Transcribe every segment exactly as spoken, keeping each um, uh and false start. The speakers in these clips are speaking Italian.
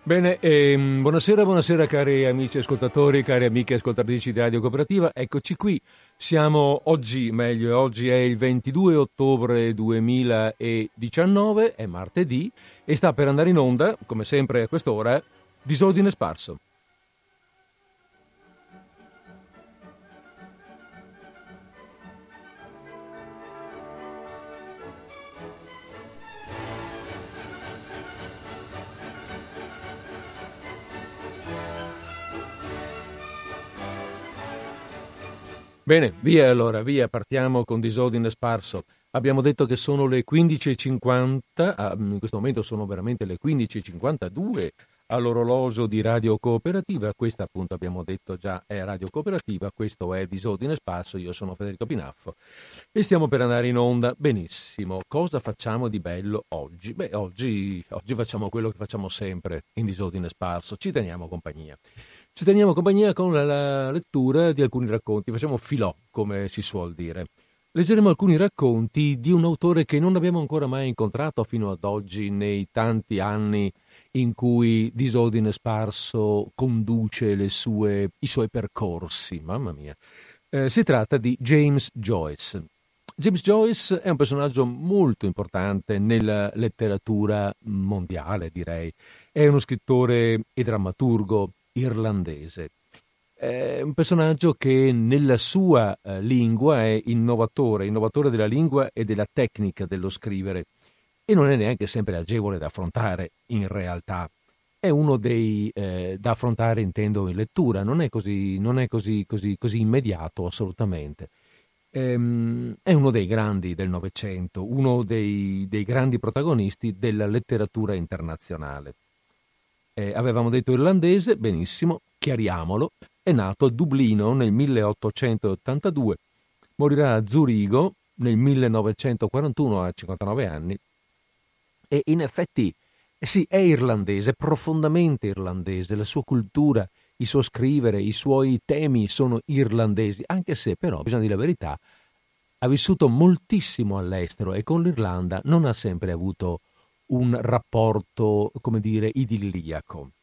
Bene, ehm, buonasera, buonasera cari amici ascoltatori, cari amiche ascoltatrici di Radio Cooperativa, eccoci qui, siamo oggi, meglio, oggi è il ventidue ottobre duemiladiciannove, è martedì e sta per andare in onda, come sempre a quest'ora, Disordine Sparso. Bene, via allora, via, partiamo con Disordine Sparso. Abbiamo detto che sono le quindici e cinquanta, ah, in questo momento sono veramente le quindici e cinquantadue all'orologio di Radio Cooperativa. Questa appunto abbiamo detto già è Radio Cooperativa, questo è Disordine Sparso, io sono Federico Pinaffo e stiamo per andare in onda. Benissimo, cosa facciamo di bello oggi? Beh, oggi, oggi facciamo quello che facciamo sempre in Disordine Sparso, ci teniamo compagnia. Ci teniamo compagnia con la, la lettura di alcuni racconti, facciamo filò, come si suol dire. Leggeremo alcuni racconti di un autore che non abbiamo ancora mai incontrato fino ad oggi nei tanti anni in cui Disordine Sparso conduce le sue, i suoi percorsi. Mamma mia. Eh, si tratta di James Joyce. James Joyce è un personaggio molto importante nella letteratura mondiale, direi. È uno scrittore e drammaturgo irlandese. È un personaggio che nella sua eh, lingua è innovatore, innovatore della lingua e della tecnica dello scrivere e non è neanche sempre agevole da affrontare in realtà. È uno dei eh, da affrontare, intendo, in lettura, non è così, non è così, così, così immediato assolutamente. Ehm, è uno dei grandi del Novecento, uno dei, dei grandi protagonisti della letteratura internazionale. Eh, avevamo detto irlandese, benissimo, chiariamolo, è nato a Dublino nel milleottocentottantadue, morirà a Zurigo nel millenovecentoquarantuno a cinquantanove anni e in effetti eh sì, è irlandese, profondamente irlandese, la sua cultura, il suo scrivere, i suoi temi sono irlandesi, anche se però, bisogna dire la verità, ha vissuto moltissimo all'estero e con l'Irlanda non ha sempre avuto un rapporto, come dire, idilliaco.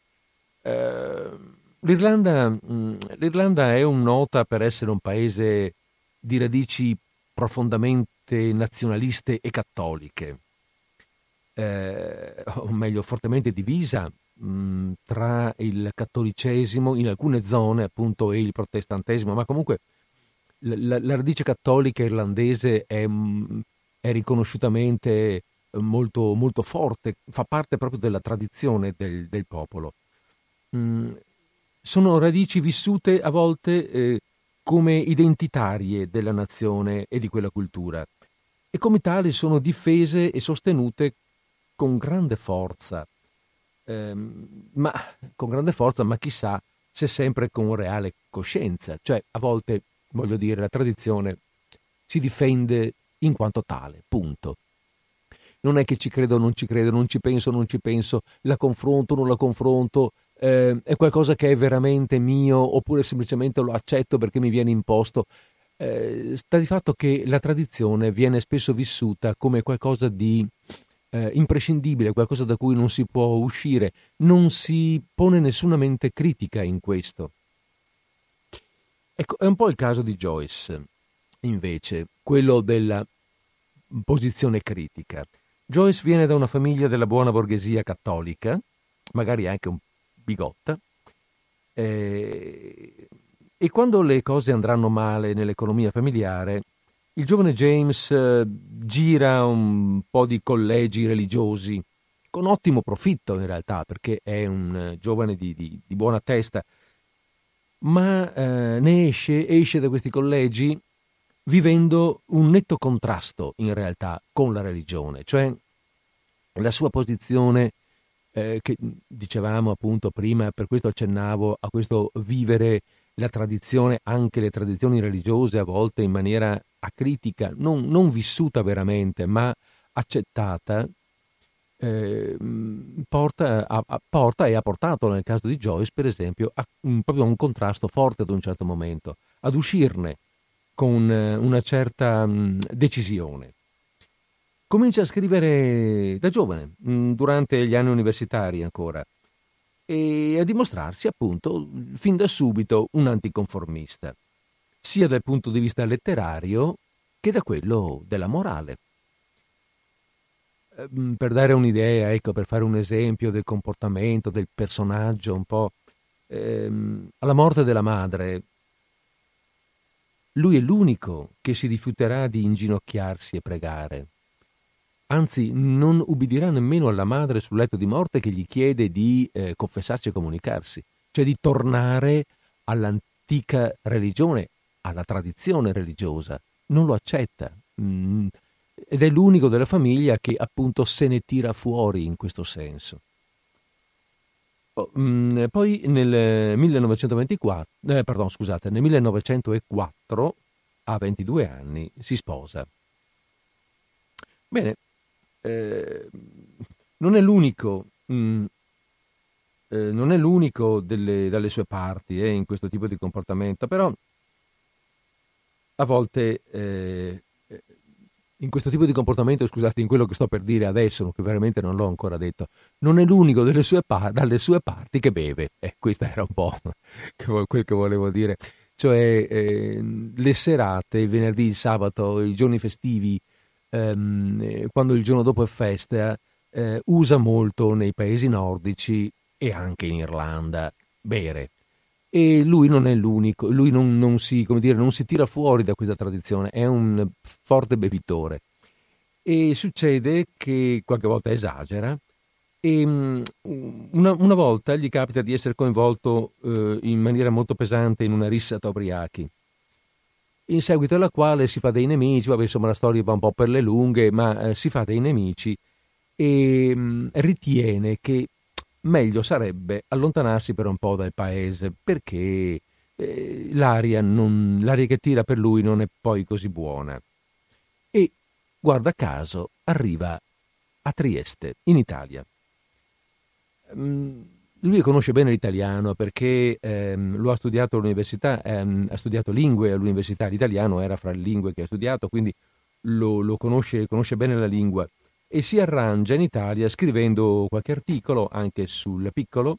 Eh, l'Irlanda, mh, l'Irlanda è un nota per essere un paese di radici profondamente nazionaliste e cattoliche, eh, o meglio, fortemente divisa mh, tra il cattolicesimo in alcune zone, appunto, e il protestantesimo, ma comunque la, la radice cattolica irlandese è, mh, è riconosciutamente molto, molto forte, fa parte proprio della tradizione del, del popolo. Mm, sono radici vissute a volte eh, come identitarie della nazione e di quella cultura e come tali sono difese e sostenute con grande forza, ehm, ma con grande forza, ma chissà se sempre con reale coscienza, cioè a volte, voglio dire, la tradizione si difende in quanto tale, punto. Non è che ci credo, non ci credo, non ci penso, non ci penso, la confronto, non la confronto, eh, è qualcosa che è veramente mio oppure semplicemente lo accetto perché mi viene imposto. Eh, sta di fatto che la tradizione viene spesso vissuta come qualcosa di eh, imprescindibile, qualcosa da cui non si può uscire, non si pone nessuna mente critica in questo. Ecco, è un po' il caso di Joyce, invece, quello della posizione critica. Joyce viene da una famiglia della buona borghesia cattolica, magari anche un bigotta, eh, e quando le cose andranno male nell'economia familiare, il giovane James eh, gira un po' di collegi religiosi, con ottimo profitto in realtà, perché è un eh, giovane di, di, di buona testa, ma eh, ne esce, esce da questi collegi vivendo un netto contrasto in realtà con la religione, cioè la sua posizione eh, che dicevamo appunto prima, per questo accennavo a questo vivere la tradizione, anche le tradizioni religiose a volte in maniera acritica, non, non vissuta veramente ma accettata, eh, porta, a, a, porta e ha portato nel caso di Joyce per esempio a, un, proprio a un contrasto forte ad un certo momento, ad uscirne con una certa mh, decisione. Comincia a scrivere da giovane, mh, durante gli anni universitari ancora, e a dimostrarsi appunto fin da subito un anticonformista, sia dal punto di vista letterario che da quello della morale. Per dare un'idea, ecco, per fare un esempio del comportamento del personaggio un po', ehm, alla morte della madre, lui è l'unico che si rifiuterà di inginocchiarsi e pregare. Anzi, non ubbidirà nemmeno alla madre sul letto di morte che gli chiede di eh, confessarsi e comunicarsi, cioè di tornare all'antica religione, alla tradizione religiosa. Non lo accetta. Mm. Ed è l'unico della famiglia che appunto se ne tira fuori in questo senso. Poi nel millenovecentoventiquattro, eh, pardon, scusate, nel millenovecentoquattro, a ventidue anni, si sposa. Bene, eh, non è l'unico, mh, eh, non è l'unico delle, dalle sue parti eh, in questo tipo di comportamento, però a volte eh, in questo tipo di comportamento, scusate, in quello che sto per dire adesso, che veramente non l'ho ancora detto, non è l'unico delle sue par- dalle sue parti che beve. Eh, questo era un po' quel che volevo dire. Cioè, eh, le serate, il venerdì, il sabato, i giorni festivi, ehm, quando il giorno dopo è festa, eh, usa molto nei paesi nordici e anche in Irlanda bere. E lui non è l'unico, lui non, non si, come dire, non si tira fuori da questa tradizione, è un forte bevitore. E succede che qualche volta esagera e um, una, una volta gli capita di essere coinvolto uh, in maniera molto pesante in una rissa tra ubriachi, in seguito alla quale si fa dei nemici. Vabbè, insomma, la storia va un po' per le lunghe, ma uh, si fa dei nemici e um, ritiene che meglio sarebbe allontanarsi per un po' dal paese, perché eh, l'aria, non, l'aria che tira per lui non è poi così buona. E, guarda caso, arriva a Trieste, in Italia. Mm, lui conosce bene l'italiano perché ehm, lo ha studiato all'università, ehm, ha studiato lingue all'università, l'italiano era fra le lingue che ha studiato, quindi lo, lo conosce, conosce bene la lingua. E si arrangia in Italia scrivendo qualche articolo anche sul piccolo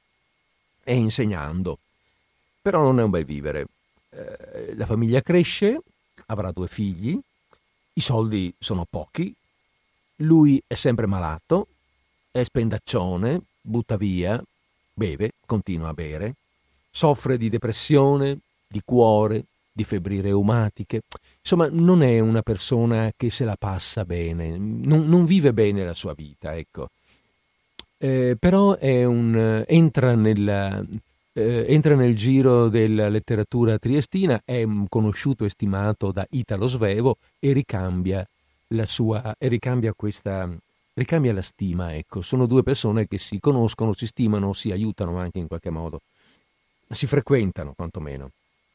e insegnando. Però non è un bel vivere. Eh, la famiglia cresce, avrà due figli, i soldi sono pochi, lui è sempre malato, è spendaccione, butta via, beve, continua a bere, soffre di depressione, di cuore, di febbri reumatiche. Insomma, non è una persona che se la passa bene, non, non vive bene la sua vita, ecco. Eh, però è un, entra, nel, eh, entra nel giro della letteratura triestina, è conosciuto e stimato da Italo Svevo e ricambia la sua, e ricambia questa, ricambia la stima, ecco. Sono due persone che si conoscono, si stimano, si aiutano anche in qualche modo, si frequentano quantomeno.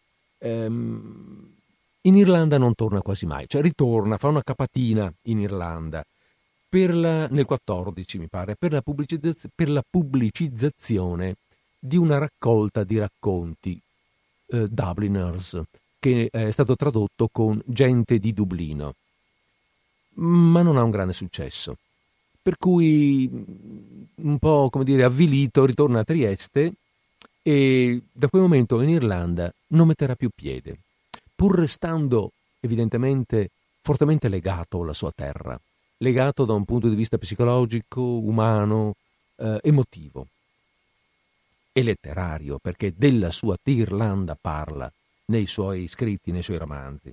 In Irlanda non torna quasi mai, cioè ritorna, fa una capatina in Irlanda per la, nel quattordici mi pare, per la, pubblicizzazione, per la pubblicizzazione di una raccolta di racconti eh, Dubliners, che è stato tradotto con Gente di Dublino, ma non ha un grande successo, per cui un po', come dire, avvilito ritorna a Trieste e da quel momento in Irlanda non metterà più piede, pur restando evidentemente fortemente legato alla sua terra, legato da un punto di vista psicologico, umano, eh, emotivo e letterario, perché della sua Irlanda parla nei suoi scritti, nei suoi romanzi.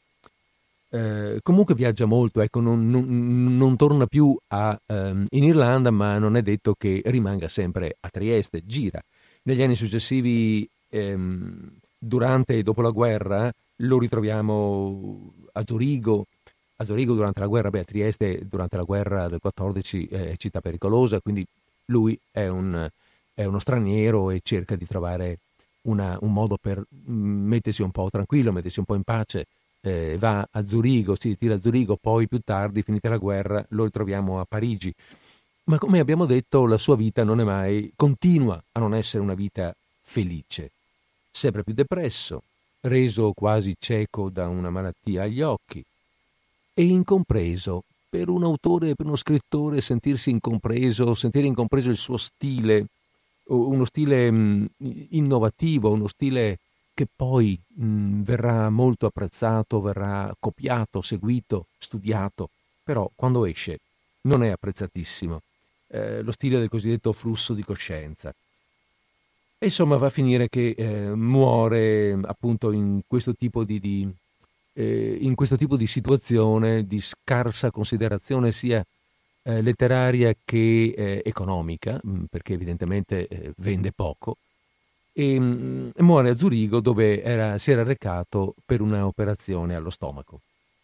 Eh, comunque viaggia molto, ecco, non, non, non torna più a, um, in Irlanda, ma non è detto che rimanga sempre a Trieste, gira. Negli anni successivi, ehm, durante e dopo la guerra, lo ritroviamo a Zurigo. A Zurigo durante la guerra, beh, a Trieste durante la guerra del quattordici è città pericolosa, quindi lui è, un, è uno straniero e cerca di trovare una, un modo per mettersi un po' tranquillo, mettersi un po' in pace. Eh, va a Zurigo, si ritira a Zurigo, poi più tardi, finita la guerra, lo ritroviamo a Parigi. Ma come abbiamo detto, la sua vita non è mai, continua a non essere una vita felice. Sempre più depresso, reso quasi cieco da una malattia agli occhi e incompreso. Per un autore, per uno scrittore, sentirsi incompreso, sentire incompreso il suo stile uno stile mh, innovativo, uno stile che poi mh, verrà molto apprezzato, verrà copiato, seguito, studiato, però quando esce non è apprezzatissimo. Eh, lo stile del cosiddetto flusso di coscienza. E insomma va a finire che eh, muore appunto in questo tipo di, di eh, in questo tipo di situazione di scarsa considerazione sia eh, letteraria che eh, economica, mh, perché evidentemente eh, vende poco, e mh, muore a Zurigo dove era, si era recato per una operazione allo stomaco.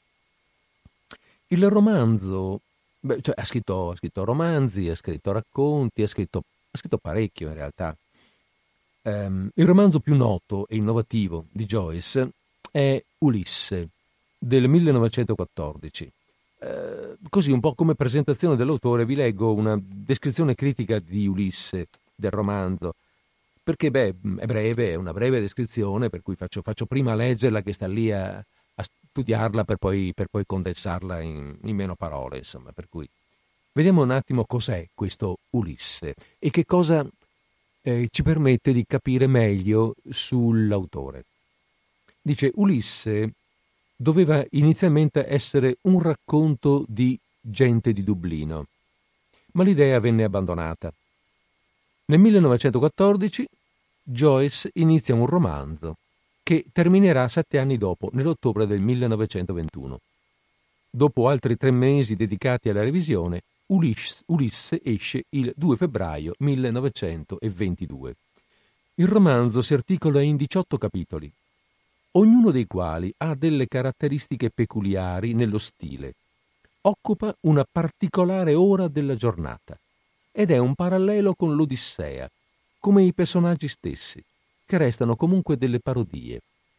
Il romanzo, beh, cioè, ha scritto, ha scritto romanzi, ha scritto racconti, ha scritto, ha scritto parecchio in realtà. Um, il romanzo più noto e innovativo di Joyce è Ulisse del millenovecentoquattordici. Uh, così, un po' come presentazione dell'autore, vi leggo una descrizione critica di Ulisse, del romanzo, perché beh, è breve, è una breve descrizione, per cui faccio, faccio prima leggerla che sta lì a, a studiarla per poi, per poi condensarla in, in meno parole, insomma. Per cui vediamo un attimo cos'è questo Ulisse e che cosa Eh, ci permette di capire meglio sull'autore. Dice: Ulisse doveva inizialmente essere un racconto di gente di Dublino, ma l'idea venne abbandonata. Nel millenovecentoquattordici Joyce inizia un romanzo che terminerà sette anni dopo, nell'ottobre del millenovecentoventuno. Dopo altri tre mesi dedicati alla revisione, Ulisse, Ulisse esce il due febbraio millenovecentoventidue. Il romanzo si articola in diciotto capitoli, ognuno dei quali ha delle caratteristiche peculiari nello stile. Occupa una particolare ora della giornata ed è un parallelo con l'Odissea, come i personaggi stessi, che restano comunque delle parodie.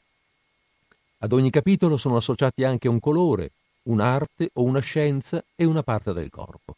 Ad ogni capitolo sono associati anche un colore, un'arte o una scienza e una parte del corpo.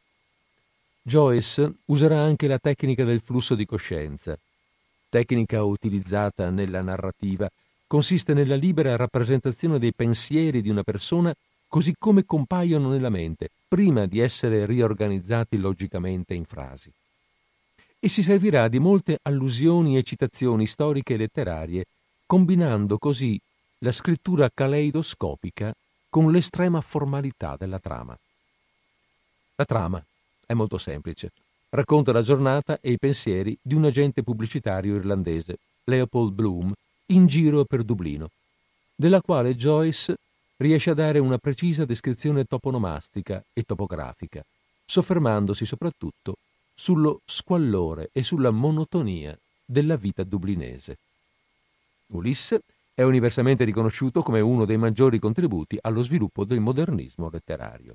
Joyce userà anche la tecnica del flusso di coscienza. Tecnica utilizzata nella narrativa consiste nella libera rappresentazione dei pensieri di una persona così come compaiono nella mente, prima di essere riorganizzati logicamente in frasi. E si servirà di molte allusioni e citazioni storiche e letterarie, combinando così la scrittura caleidoscopica con l'estrema formalità della trama. La trama è molto semplice. Racconta la giornata e i pensieri di un agente pubblicitario irlandese, Leopold Bloom, in giro per Dublino, della quale Joyce riesce a dare una precisa descrizione toponomastica e topografica, soffermandosi soprattutto sullo squallore e sulla monotonia della vita dublinese. Ulisse è universalmente riconosciuto come uno dei maggiori contributi allo sviluppo del modernismo letterario.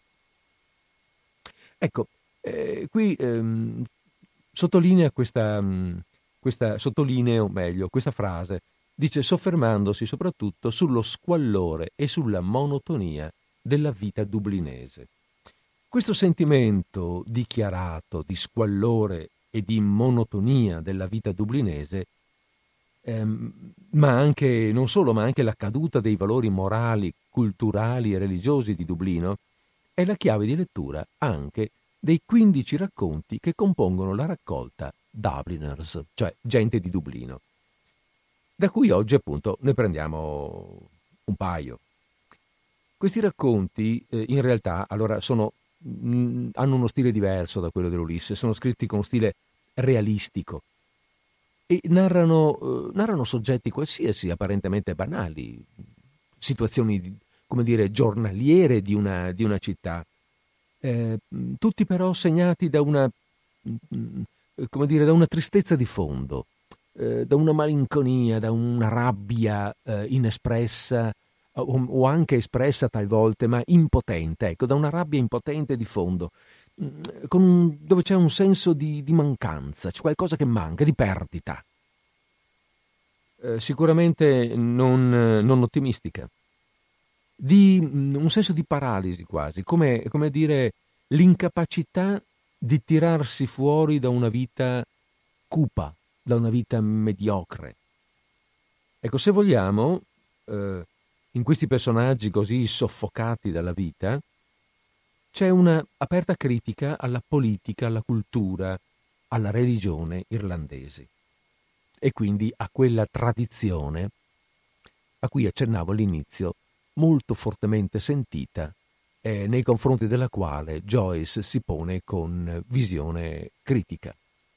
Ecco, eh, qui ehm, sottolinea questa, mh, questa, sottolineo meglio, questa frase, dice soffermandosi soprattutto sullo squallore e sulla monotonia della vita dublinese. Questo sentimento dichiarato di squallore e di monotonia della vita dublinese Ehm, ma anche, non solo, ma anche la caduta dei valori morali, culturali e religiosi di Dublino è la chiave di lettura anche dei quindici racconti che compongono la raccolta Dubliners, cioè gente di Dublino, da cui oggi appunto ne prendiamo un paio. Questi racconti eh, in realtà allora sono, mh, hanno uno stile diverso da quello dell'Ulisse, sono scritti con stile realistico, e narrano, eh, narrano soggetti qualsiasi, apparentemente banali, situazioni, come dire, giornaliere di una, di una città, eh, tutti però segnati da una, come dire, da una tristezza di fondo, eh, da una malinconia, da una rabbia eh, inespressa o, o anche espressa talvolta, ma impotente, ecco, da una rabbia impotente di fondo, con un, dove c'è un senso di, di mancanza, c'è qualcosa che manca, di perdita. Eh, sicuramente non, non ottimistica, di un senso di paralisi quasi, come, come dire l'incapacità di tirarsi fuori da una vita cupa, da una vita mediocre. Ecco, se vogliamo, eh, in questi personaggi così soffocati dalla vita, c'è una aperta critica alla politica, alla cultura, alla religione irlandese e quindi a quella tradizione a cui accennavo all'inizio, molto fortemente sentita, eh, nei confronti della quale Joyce si pone con visione critica.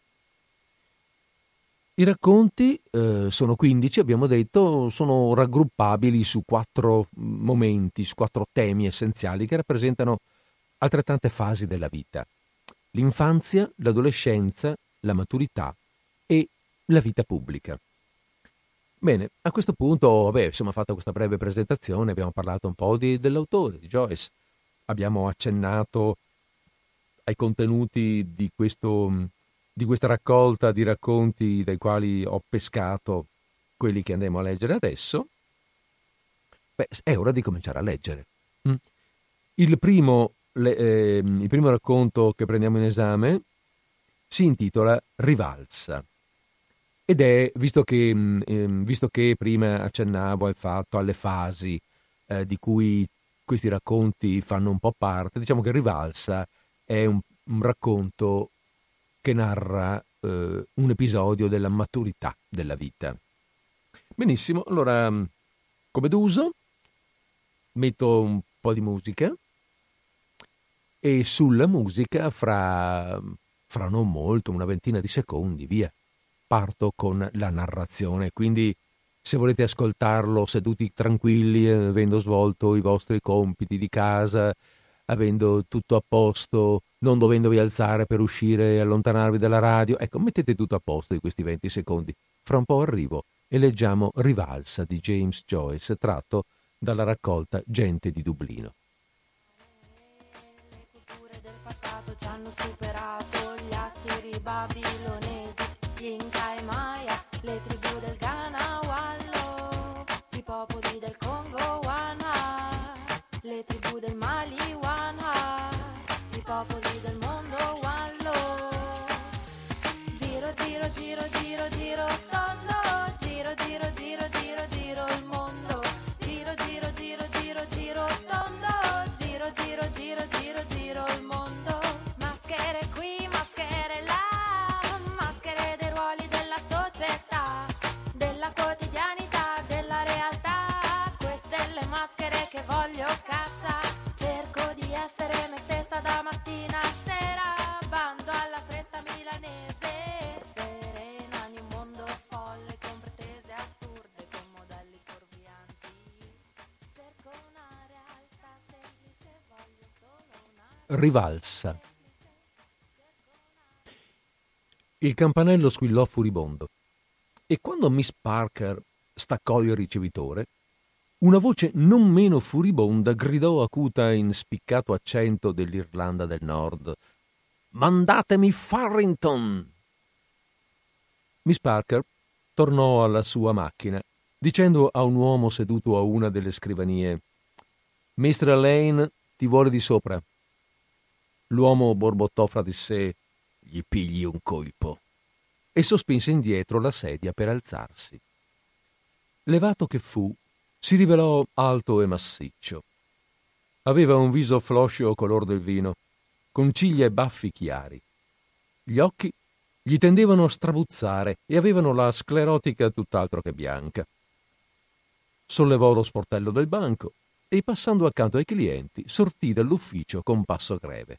I racconti eh, sono quindici, abbiamo detto, sono raggruppabili su quattro momenti, su quattro temi essenziali che rappresentano altrettante fasi della vita: l'infanzia, l'adolescenza, la maturità e la vita pubblica. Bene, a questo punto, vabbè, insomma, fatta questa breve presentazione, abbiamo parlato un po' di, dell'autore, di Joyce, abbiamo accennato ai contenuti di questo... di questa raccolta di racconti dai quali ho pescato quelli che andremo a leggere adesso. Beh, è ora di cominciare a leggere. Il primo, le, eh, il primo racconto che prendiamo in esame si intitola Rivalsa ed è, visto che, eh, visto che prima accennavo al fatto, alle fasi eh, di cui questi racconti fanno un po' parte, diciamo che Rivalsa è un, un racconto che narra eh, un episodio della maturità della vita. Benissimo, allora, come d'uso, metto un po' di musica e sulla musica, fra, fra non molto, una ventina di secondi, via, parto con la narrazione. Quindi, se volete ascoltarlo seduti tranquilli, avendo svolto i vostri compiti di casa, avendo tutto a posto, non dovendovi alzare per uscire e allontanarvi dalla radio, ecco, mettete tutto a posto in questi venti secondi. Fra un po' arrivo e leggiamo Rivalsa di James Joyce, tratto dalla raccolta Gente di Dublino. Le culture del passato ci hanno superato, gli assiri babilonesi, gli Inca e Maya, le tribù del Ghana, Wallo, i popoli del Congo, Wana, le tribù del Mali, Wana, i popoli del mondo, Wallo. Giro, giro, giro, giro, giro, tondo, giro, giro, giro, giro, giro il mondo. Giro, giro, giro, giro, giro, tondo, giro, giro, giro, giro, giro il mondo. Maschere qui, maschere là, maschere dei ruoli della società, della quotidianità, della realtà. Queste le maschere che voglio cacciare. Cerco di essere me stessa da mattina a sera, bando alla fretta milanese, serena in un mondo folle con pretese assurde, con modelli fuorvianti. Cerco una realtà semplice, voglio solo una Rivalsa. Il campanello squillò furibondo e quando Miss Parker staccò il ricevitore, una voce non meno furibonda gridò acuta in spiccato accento dell'Irlanda del Nord: «Mandatemi Farrington!» Miss Parker tornò alla sua macchina, dicendo a un uomo seduto a una delle scrivanie: «mister Lane ti vuole di sopra». L'uomo borbottò fra di sé: «Gli pigli un colpo», e sospinse indietro la sedia per alzarsi. Levato che fu, si rivelò alto e massiccio. Aveva un viso floscio color del vino, con ciglia e baffi chiari. Gli occhi gli tendevano a strabuzzare e avevano la sclerotica tutt'altro che bianca. Sollevò lo sportello del banco e, passando accanto ai clienti, sortì dall'ufficio con passo greve.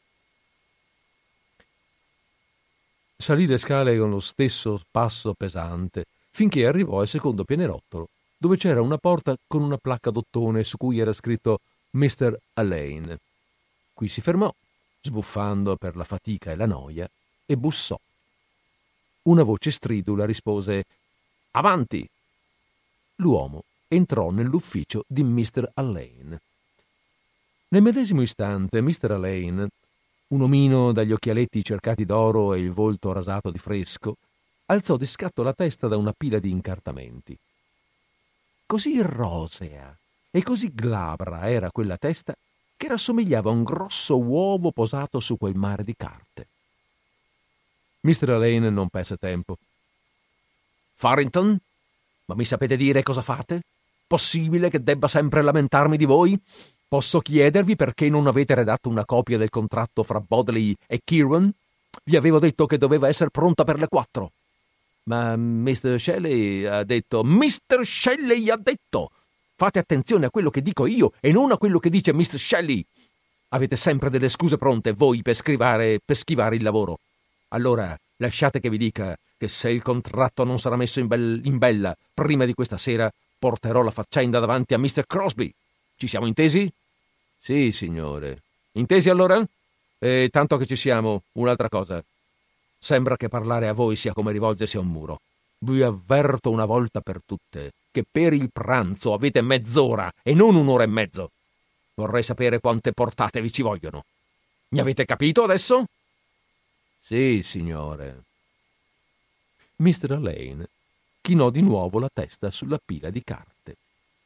Salì le scale con lo stesso passo pesante, finché arrivò al secondo pianerottolo, dove c'era una porta con una placca d'ottone su cui era scritto mister Alleyne. Qui si fermò, sbuffando per la fatica e la noia, e bussò. Una voce stridula rispose: «Avanti!» L'uomo entrò nell'ufficio di mister Alleyne. Nel medesimo istante mister Alleyne, un omino dagli occhialetti cercati d'oro e il volto rasato di fresco, alzò di scatto la testa da una pila di incartamenti. Così rosea e così glabra era quella testa che rassomigliava a un grosso uovo posato su quel mare di carte. mister Alleyne non perse tempo. «Farrington, ma mi sapete dire cosa fate? Possibile che debba sempre lamentarmi di voi? Posso chiedervi perché non avete redatto una copia del contratto fra Bodley e Kirwan? Vi avevo detto che doveva essere pronta per le quattro. Ma mister Shelley ha detto... mister Shelley ha detto... Fate attenzione a quello che dico io e non a quello che dice mister Shelley. Avete sempre delle scuse pronte voi per scrivare, per schivare il lavoro. Allora lasciate che vi dica che se il contratto non sarà messo in, bel, in bella prima di questa sera, porterò la faccenda davanti a mister Crosby. Ci siamo intesi? Sì, signore. Intesi allora? E tanto che ci siamo, un'altra cosa. Sembra che parlare a voi sia come rivolgersi a un muro. Vi avverto una volta per tutte che per il pranzo avete mezz'ora e non un'ora e mezzo. Vorrei sapere quante portate vi ci vogliono. Mi avete capito adesso? Sì, signore. mister Lane chinò di nuovo la testa sulla pila di carte.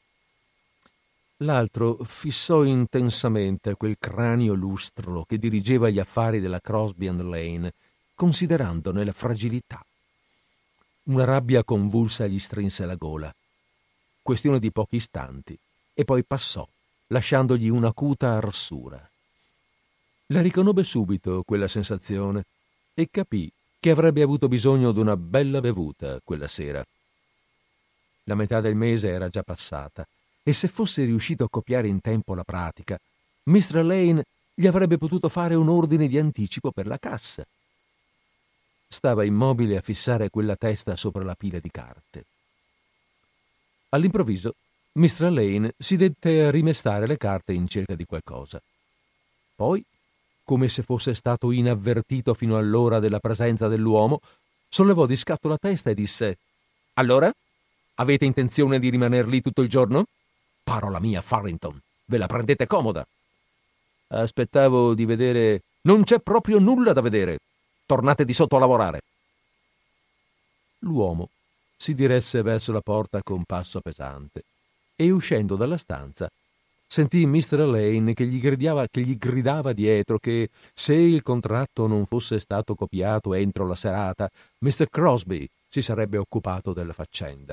L'altro fissò intensamente quel cranio lustro che dirigeva gli affari della Crosby and Lane, considerandone la fragilità. Una rabbia convulsa gli strinse la gola. Questione di pochi istanti, e poi passò, lasciandogli un'acuta arsura. La riconobbe subito quella sensazione e capì che avrebbe avuto bisogno d'una bella bevuta quella sera. La metà del mese era già passata e se fosse riuscito a copiare in tempo la pratica, mister Lane gli avrebbe potuto fare un ordine di anticipo per la cassa. Stava immobile a fissare quella testa sopra la pila di carte. All'improvviso mister Lane si dette a rimestare le carte in cerca di qualcosa. Poi, come se fosse stato inavvertito fino all'ora della presenza dell'uomo, sollevò di scatto la testa e disse: «Allora? Avete intenzione di rimaner lì tutto il giorno? Parola mia, Farrington, ve la prendete comoda?» «Aspettavo di vedere...» «Non c'è proprio nulla da vedere. Tornate di sotto a lavorare». L'uomo si diresse verso la porta con passo pesante e, uscendo dalla stanza, sentì mister Lane che gli gridava, che gli gridava dietro che se il contratto non fosse stato copiato entro la serata, mister Crosby si sarebbe occupato della faccenda.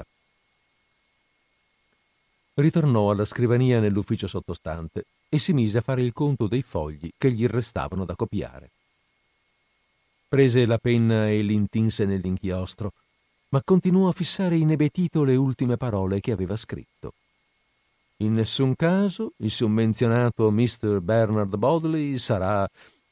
Ritornò alla scrivania nell'ufficio sottostante e si mise a fare il conto dei fogli che gli restavano da copiare. Prese la penna e l'intinse nell'inchiostro, ma continuò a fissare inebetito le ultime parole che aveva scritto. In nessun caso il summenzionato mister Bernard Bodley sarà...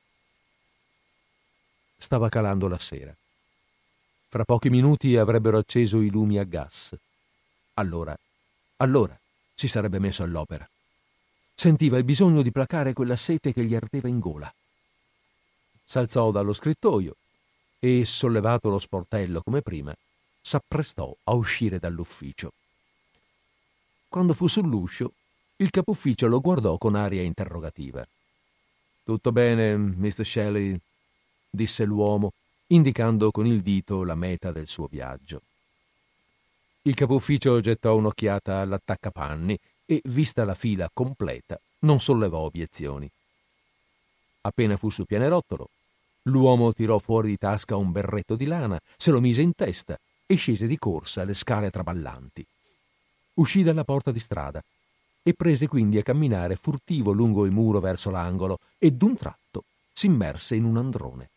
Stava calando la sera. Fra pochi minuti avrebbero acceso i lumi a gas. Allora, allora si sarebbe messo all'opera. Sentiva il bisogno di placare quella sete che gli ardeva in gola. S'alzò dallo scrittoio e, sollevato lo sportello come prima, s'apprestò a uscire dall'ufficio. Quando fu sull'uscio, il capufficio lo guardò con aria interrogativa. «Tutto bene, mister Shelley?» disse l'uomo, indicando con il dito la meta del suo viaggio. Il capufficio gettò un'occhiata all'attaccapanni e, vista la fila completa, non sollevò obiezioni. Appena fu sul pianerottolo, l'uomo tirò fuori di tasca un berretto di lana, se lo mise in testa e scese di corsa le scale traballanti. Uscì dalla porta di strada e prese quindi a camminare furtivo lungo il muro verso l'angolo e d'un tratto s'immerse in un androne.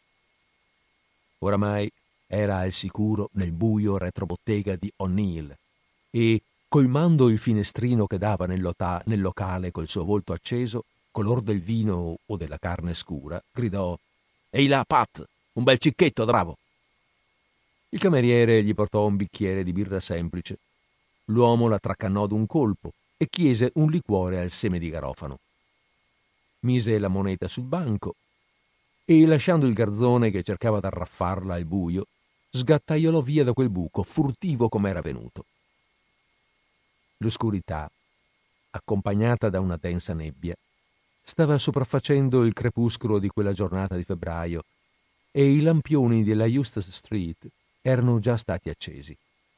Oramai era al sicuro nel buio retrobottega di O'Neill e, colmando il finestrino che dava nel, lota- nel locale col suo volto acceso, color del vino o della carne scura, gridò: «Ehi là, Pat, un bel cicchetto, bravo!» Il cameriere gli portò un bicchiere di birra semplice. L'uomo la tracannò d'un colpo e chiese un liquore al seme di garofano. Mise la moneta sul banco e, lasciando il garzone che cercava d'arraffarla al buio, sgattaiolò via da quel buco, furtivo com'era venuto. L'oscurità, accompagnata da una densa nebbia, stava sopraffacendo il crepuscolo di quella giornata di febbraio e i lampioni della Eustace Street erano già stati accesi.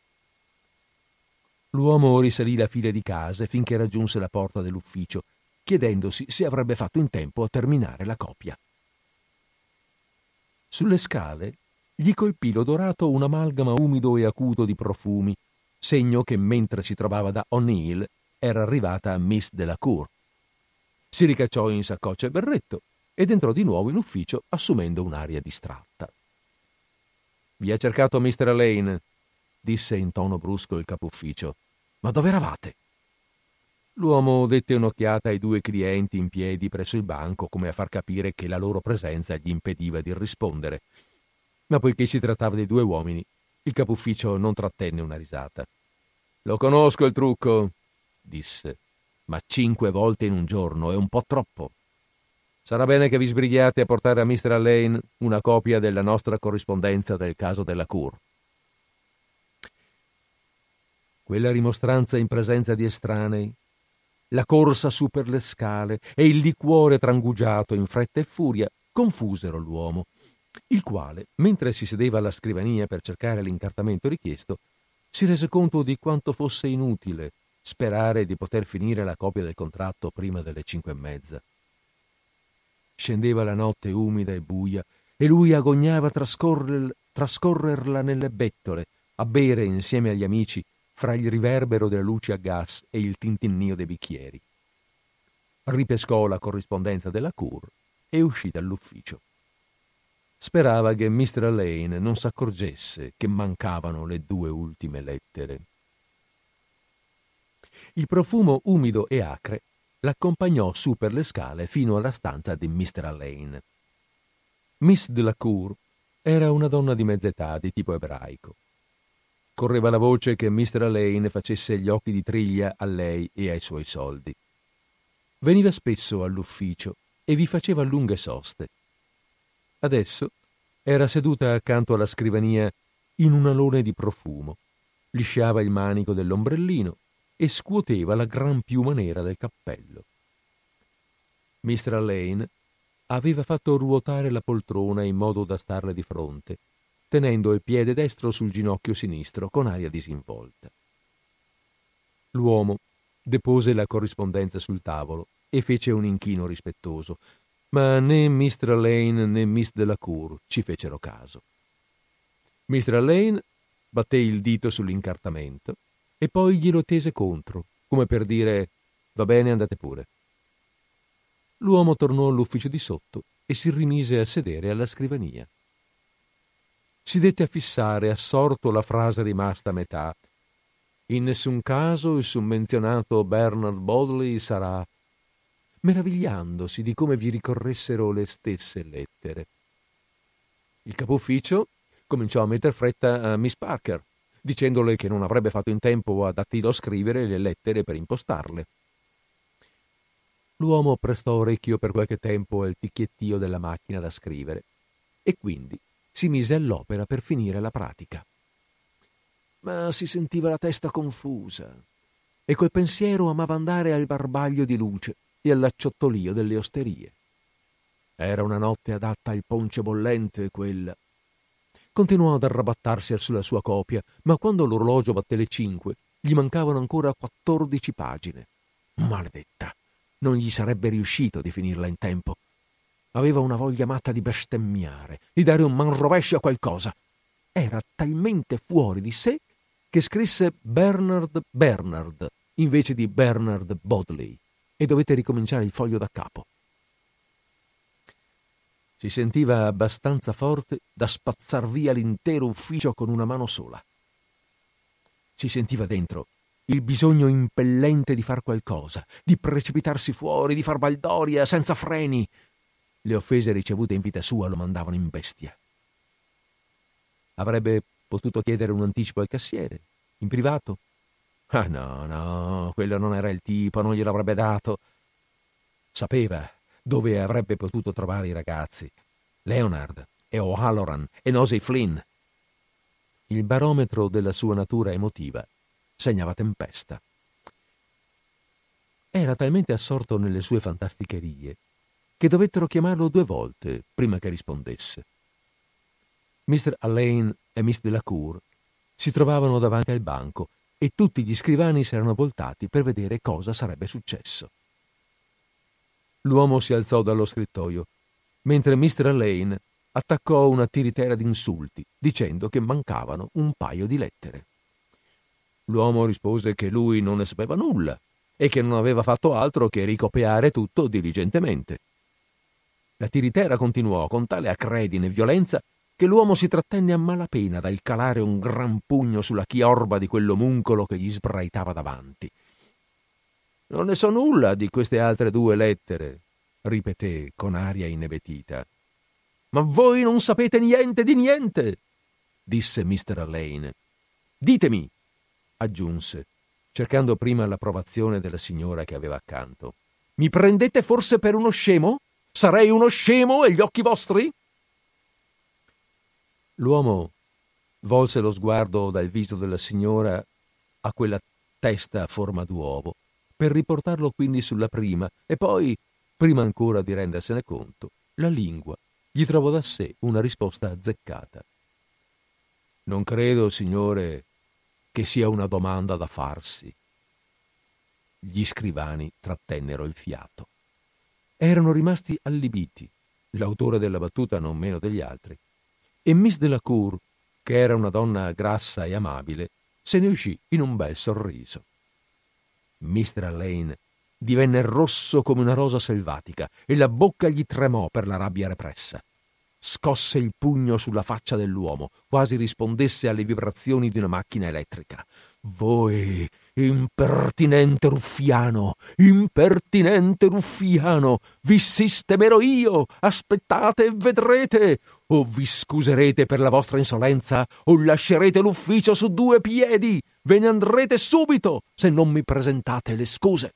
L'uomo risalì la fila di case finché raggiunse la porta dell'ufficio, chiedendosi se avrebbe fatto in tempo a terminare la copia. Sulle scale gli colpì l'odorato un amalgama umido e acuto di profumi, segno che mentre si trovava da O'Neill era arrivata Miss Delacour. Si ricacciò in saccoccia e berretto ed entrò di nuovo in ufficio assumendo un'aria distratta. «Vi ha cercato mister Lane», disse in tono brusco il capo ufficio. «Ma dove eravate?» L'uomo dette un'occhiata ai due clienti in piedi presso il banco, come a far capire che la loro presenza gli impediva di rispondere. Ma poiché si trattava di due uomini, il capo ufficio non trattenne una risata. «Lo conosco il trucco», disse, «ma cinque volte in un giorno è un po' troppo. Sarà bene che vi sbrighiate a portare a mister Lane una copia della nostra corrispondenza del caso della Cour». Quella rimostranza in presenza di estranei, la corsa su per le scale e il liquore trangugiato in fretta e furia confusero l'uomo, il quale, mentre si sedeva alla scrivania per cercare l'incartamento richiesto, si rese conto di quanto fosse inutile sperare di poter finire la copia del contratto prima delle cinque e mezza. Scendeva la notte umida e buia e lui agognava a trascorrer, trascorrerla nelle bettole, a bere insieme agli amici fra il riverbero delle luci a gas e il tintinnio dei bicchieri. Ripescò la corrispondenza della Cour e uscì dall'ufficio. Sperava che mister Lane non s'accorgesse che mancavano le due ultime lettere. Il profumo umido e acre l'accompagnò su per le scale fino alla stanza di mister Lane. Miss Delacour era una donna di mezza età, di tipo ebraico. Correva la voce che mister Lane facesse gli occhi di triglia a lei e ai suoi soldi. Veniva spesso all'ufficio e vi faceva lunghe soste. Adesso era seduta accanto alla scrivania in un alone di profumo, lisciava il manico dell'ombrellino e scuoteva la gran piuma nera del cappello. mister Lane aveva fatto ruotare la poltrona in modo da starle di fronte, tenendo il piede destro sul ginocchio sinistro con aria disinvolta. L'uomo depose la corrispondenza sul tavolo e fece un inchino rispettoso, ma né mister Lane né miss Delacour ci fecero caso. mister Lane batté il dito sull'incartamento e poi glielo tese contro, come per dire «Va bene, andate pure». L'uomo tornò all'ufficio di sotto e si rimise a sedere alla scrivania. Si dette a fissare assorto la frase rimasta a metà. «In nessun caso il summenzionato Bernard Bodley sarà», meravigliandosi di come vi ricorressero le stesse lettere. Il capo ufficio cominciò a metter fretta a Miss Parker, dicendole che non avrebbe fatto in tempo a dattiloscrivere le lettere per impostarle. L'uomo prestò orecchio per qualche tempo al ticchiettio della macchina da scrivere e quindi si mise all'opera per finire la pratica. Ma si sentiva la testa confusa e col pensiero amava andare al barbaglio di luce e all'acciottolio delle osterie. Era una notte adatta al ponce bollente, quella. Continuò ad arrabattarsi sulla sua copia, ma quando l'orologio batté le cinque, gli mancavano ancora quattordici pagine. Maledetta! Non gli sarebbe riuscito di finirla in tempo. Aveva una voglia matta di bestemmiare, di dare un manrovescio a qualcosa. Era talmente fuori di sé che scrisse Bernard Bernard invece di Bernard Bodley e dovette ricominciare il foglio da capo. Si sentiva abbastanza forte da spazzar via l'intero ufficio con una mano sola. Si sentiva dentro il bisogno impellente di far qualcosa, di precipitarsi fuori, di far baldoria senza freni. Le offese ricevute in vita sua lo mandavano in bestia. Avrebbe potuto chiedere un anticipo al cassiere, in privato. Ah no, no, quello non era il tipo, non gliel'avrebbe dato. Sapeva dove avrebbe potuto trovare i ragazzi, Leonard e O'Halloran e Nosey Flynn. Il barometro della sua natura emotiva segnava tempesta. Era talmente assorto nelle sue fantasticherie che dovettero chiamarlo due volte prima che rispondesse. mister Lane e miss Delacour si trovavano davanti al banco e tutti gli scrivani si erano voltati per vedere cosa sarebbe successo. L'uomo si alzò dallo scrittoio, mentre mister Lane attaccò una tiritera d'insulti, dicendo che mancavano un paio di lettere. L'uomo rispose che lui non ne sapeva nulla e che non aveva fatto altro che ricopiare tutto diligentemente. La tiritera continuò con tale acredine e violenza che l'uomo si trattenne a malapena dal calare un gran pugno sulla chiorba di quell'omuncolo che gli sbraitava davanti. «Non ne so nulla di queste altre due lettere», ripeté con aria inebetita. «Ma voi non sapete niente di niente», disse mister Lane. «Ditemi», aggiunse, cercando prima l'approvazione della signora che aveva accanto. «Mi prendete forse per uno scemo? Sarei uno scemo agli occhi vostri?» L'uomo volse lo sguardo dal viso della signora a quella testa a forma d'uovo, per riportarlo quindi sulla prima, e poi, prima ancora di rendersene conto, la lingua gli trovò da sé una risposta azzeccata. «Non credo, signore, che sia una domanda da farsi». Gli scrivani trattennero il fiato. Erano rimasti allibiti, l'autore della battuta non meno degli altri, e Miss Delacour, che era una donna grassa e amabile, se ne uscì in un bel sorriso. mister Lane divenne rosso come una rosa selvatica e la bocca gli tremò per la rabbia repressa. Scosse il pugno sulla faccia dell'uomo, quasi rispondesse alle vibrazioni di una macchina elettrica. «Voi, impertinente ruffiano, impertinente ruffiano, vi sistemerò io, aspettate e vedrete! O vi scuserete per la vostra insolenza, o lascerete l'ufficio su due piedi! Ve ne andrete subito, se non mi presentate le scuse!»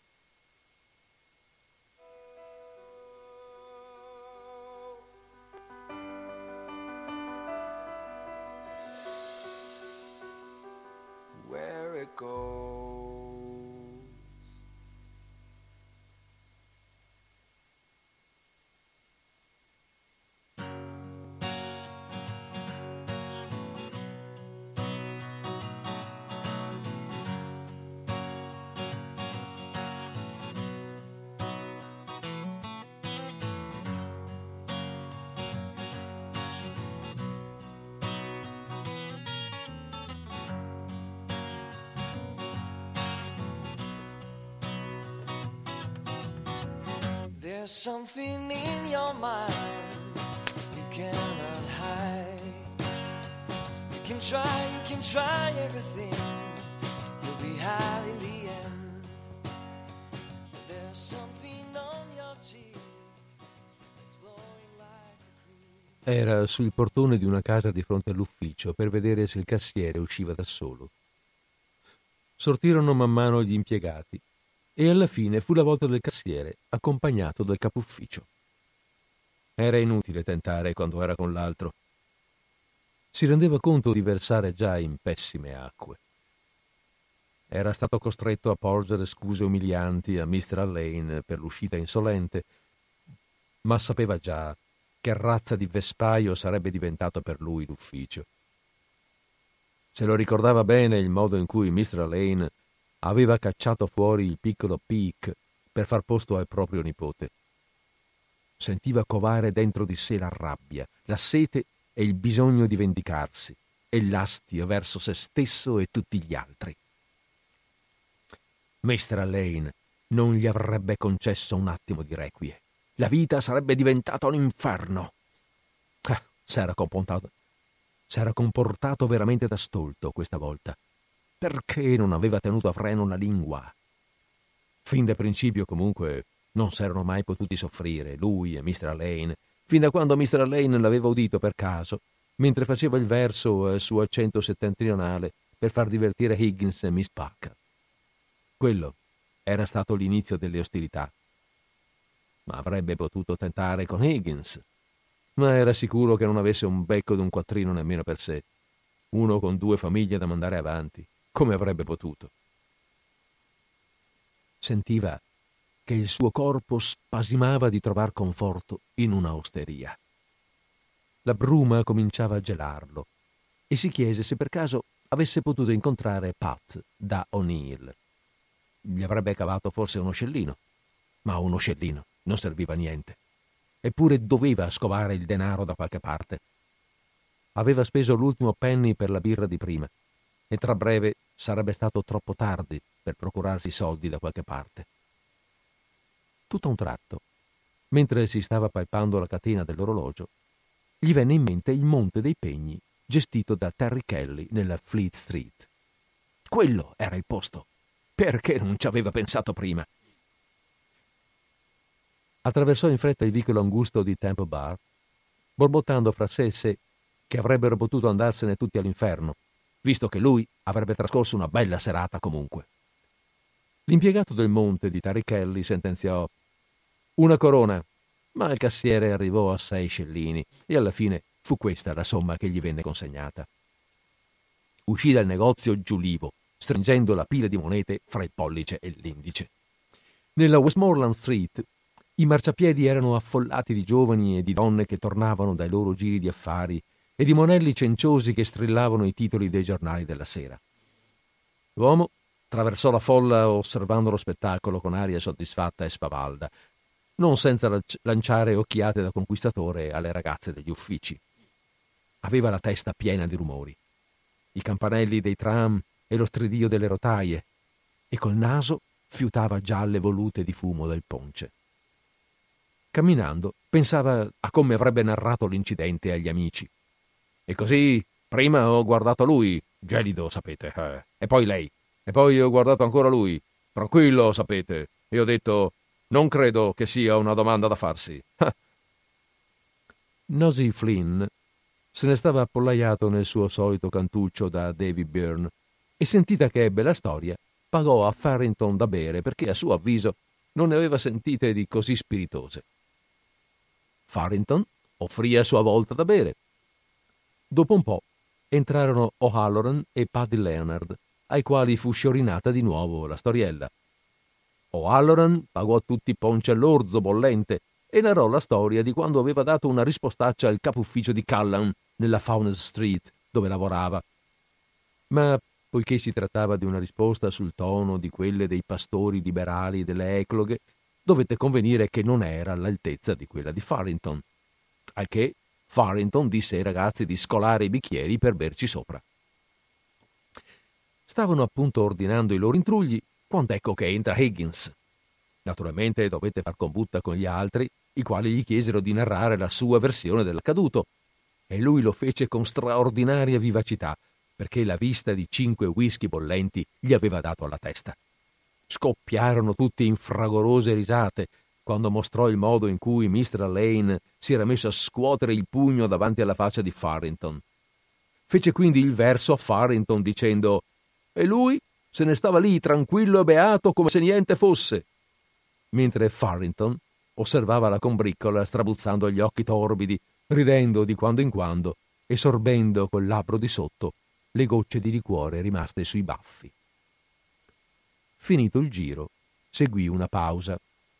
There's something in your mind you cannot hide. You can try, you can try everything, you'll be high in the end. There's something on your cheek that's flowing like a creek. Era sul portone di una casa di fronte all'ufficio per vedere se il cassiere usciva da solo. Sortirono man mano gli impiegati e alla fine fu la volta del cassiere, accompagnato dal capufficio. Era inutile tentare quando era con l'altro. Si rendeva conto di versare già in pessime acque. Era stato costretto a porgere scuse umilianti a mister Lane per l'uscita insolente, ma sapeva già che razza di vespaio sarebbe diventato per lui l'ufficio. Se lo ricordava bene il modo in cui mister Lane aveva cacciato fuori il piccolo Peak per far posto al proprio nipote. Sentiva covare dentro di sé la rabbia, la sete e il bisogno di vendicarsi, e l'astio verso se stesso e tutti gli altri. mister Lane non gli avrebbe concesso un attimo di requie. La vita sarebbe diventata un inferno. Ah, s'era comportato, s'era comportato veramente da stolto questa volta. Perché non aveva tenuto a freno la lingua? Fin da principio, comunque, non s'erano mai potuti soffrire, lui e mister Lane, fin da quando mister Lane l'aveva udito per caso, mentre faceva il verso al suo accento settentrionale per far divertire Higgins e Miss Puck. Quello era stato l'inizio delle ostilità. Ma avrebbe potuto tentare con Higgins. Ma era sicuro che non avesse un becco d'un quattrino nemmeno per sé. Uno con due famiglie da mandare avanti. Come avrebbe potuto? Sentiva che il suo corpo spasimava di trovar conforto in una osteria. La bruma cominciava a gelarlo e si chiese se per caso avesse potuto incontrare Pat da O'Neill. Gli avrebbe cavato forse uno scellino, ma uno scellino non serviva a niente. Eppure doveva scovare il denaro da qualche parte. Aveva speso l'ultimo penny per la birra di prima e tra breve sarebbe stato troppo tardi per procurarsi soldi da qualche parte. Tutto a un tratto, mentre si stava palpando la catena dell'orologio, gli venne in mente il Monte dei Pegni gestito da Terry Kelly nella Fleet Street. Quello era il posto. Perché non ci aveva pensato prima? Attraversò in fretta il vicolo angusto di Temple Bar, borbottando fra sé e sé che avrebbero potuto andarsene tutti all'inferno, visto che lui avrebbe trascorso una bella serata comunque. L'impiegato del Monte di Terry Kelly sentenziò una corona, ma il cassiere arrivò a sei scellini e alla fine fu questa la somma che gli venne consegnata. Uscì dal negozio giulivo, stringendo la pila di monete fra il pollice e l'indice. Nella Westmoreland Street i marciapiedi erano affollati di giovani e di donne che tornavano dai loro giri di affari e di monelli cenciosi che strillavano i titoli dei giornali della sera. L'uomo attraversò la folla osservando lo spettacolo con aria soddisfatta e spavalda, non senza lanciare occhiate da conquistatore alle ragazze degli uffici. Aveva la testa piena di rumori, i campanelli dei tram e lo stridio delle rotaie, e col naso fiutava già le volute di fumo del ponce. Camminando pensava a come avrebbe narrato l'incidente agli amici. E così prima ho guardato lui, gelido, sapete, eh, e poi lei, e poi ho guardato ancora lui, tranquillo, sapete, e ho detto non credo che sia una domanda da farsi. Nosey Flynn se ne stava appollaiato nel suo solito cantuccio da David Byrne e, sentita che ebbe la storia, pagò a Farrington da bere perché a suo avviso non ne aveva sentite di così spiritose. Farrington offrì a sua volta da bere. Dopo un po' entrarono O'Halloran e Paddy Leonard, ai quali fu sciorinata di nuovo la storiella. O'Halloran pagò a tutti ponce all'orzo bollente e narrò la storia di quando aveva dato una rispostaccia al capo ufficio di Callan nella Fownes Street, dove lavorava. Ma poiché si trattava di una risposta sul tono di quelle dei pastori liberali delle ecloghe, dovette convenire che non era all'altezza di quella di Farrington, al che Farrington disse ai ragazzi di scolare i bicchieri per berci sopra. Stavano appunto ordinando i loro intrugli quando ecco che entra Higgins. Naturalmente dovette far combutta con gli altri, i quali gli chiesero di narrare la sua versione dell'accaduto, e lui lo fece con straordinaria vivacità, perché la vista di cinque whisky bollenti gli aveva dato alla testa. Scoppiarono tutti in fragorose risate quando mostrò il modo in cui mister Lane si era messo a scuotere il pugno davanti alla faccia di Farrington. Fece quindi il verso a Farrington dicendo «E lui se ne stava lì tranquillo e beato come se niente fosse», mentre Farrington osservava la combriccola strabuzzando gli occhi torbidi, ridendo di quando in quando e sorbendo col labbro di sotto le gocce di liquore rimaste sui baffi. Finito il giro, seguì una pausa.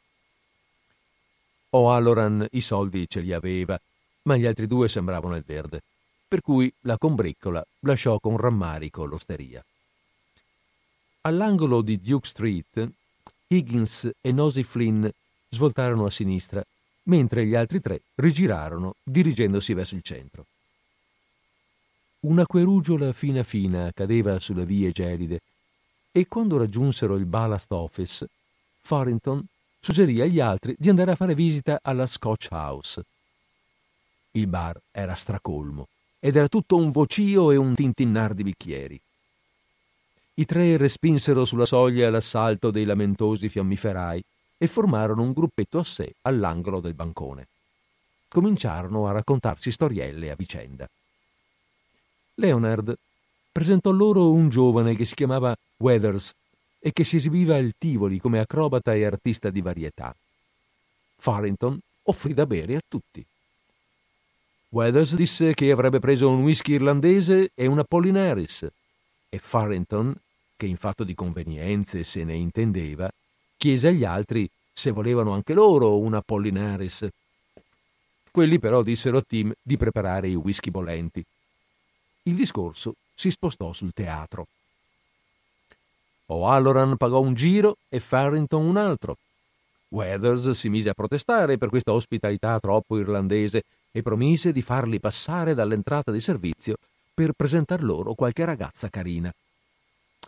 O'Halloran i soldi ce li aveva, ma gli altri due sembravano il verde, per cui la combriccola lasciò con rammarico l'osteria. All'angolo di Duke Street, Higgins e Nosey Flynn svoltarono a sinistra, mentre gli altri tre rigirarono dirigendosi verso il centro. Una querugiola fina fina cadeva sulle vie gelide e quando raggiunsero il Ballast Office, Farrington suggerì agli altri di andare a fare visita alla Scotch House. Il bar era stracolmo ed era tutto un vocio e un tintinnar di bicchieri. I tre respinsero sulla soglia l'assalto dei lamentosi fiammiferai e formarono un gruppetto a sé all'angolo del bancone. Cominciarono a raccontarsi storielle a vicenda. Leonard presentò loro un giovane che si chiamava Weathers e che si esibiva al Tivoli come acrobata e artista di varietà. Farrington offrì da bere a tutti. Weathers disse che avrebbe preso un whisky irlandese e una Apollinaris, e Farrington, che in fatto di convenienze se ne intendeva, chiese agli altri se volevano anche loro una Apollinaris. Quelli però dissero a Tim di preparare i whisky bollenti. Il discorso si spostò sul teatro. O'Halloran pagò un giro e Farrington un altro. Weathers si mise a protestare per questa ospitalità troppo irlandese e promise di farli passare dall'entrata di servizio per presentar loro qualche ragazza carina.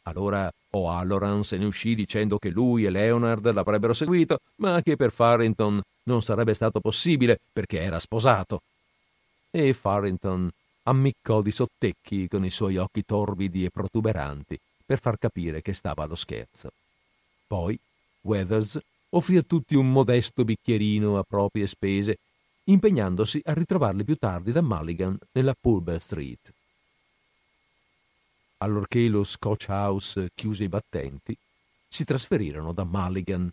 Allora O'Halloran se ne uscì dicendo che lui e Leonard l'avrebbero seguito, ma che per Farrington non sarebbe stato possibile perché era sposato. E Farrington ammiccò di sottecchi con i suoi occhi torbidi e protuberanti per far capire che stava allo scherzo. Poi Weathers offrì a tutti un modesto bicchierino a proprie spese, impegnandosi a ritrovarli più tardi da Mulligan nella Pulborough Street. Allorché lo Scotch House chiuse i battenti, si trasferirono da Mulligan.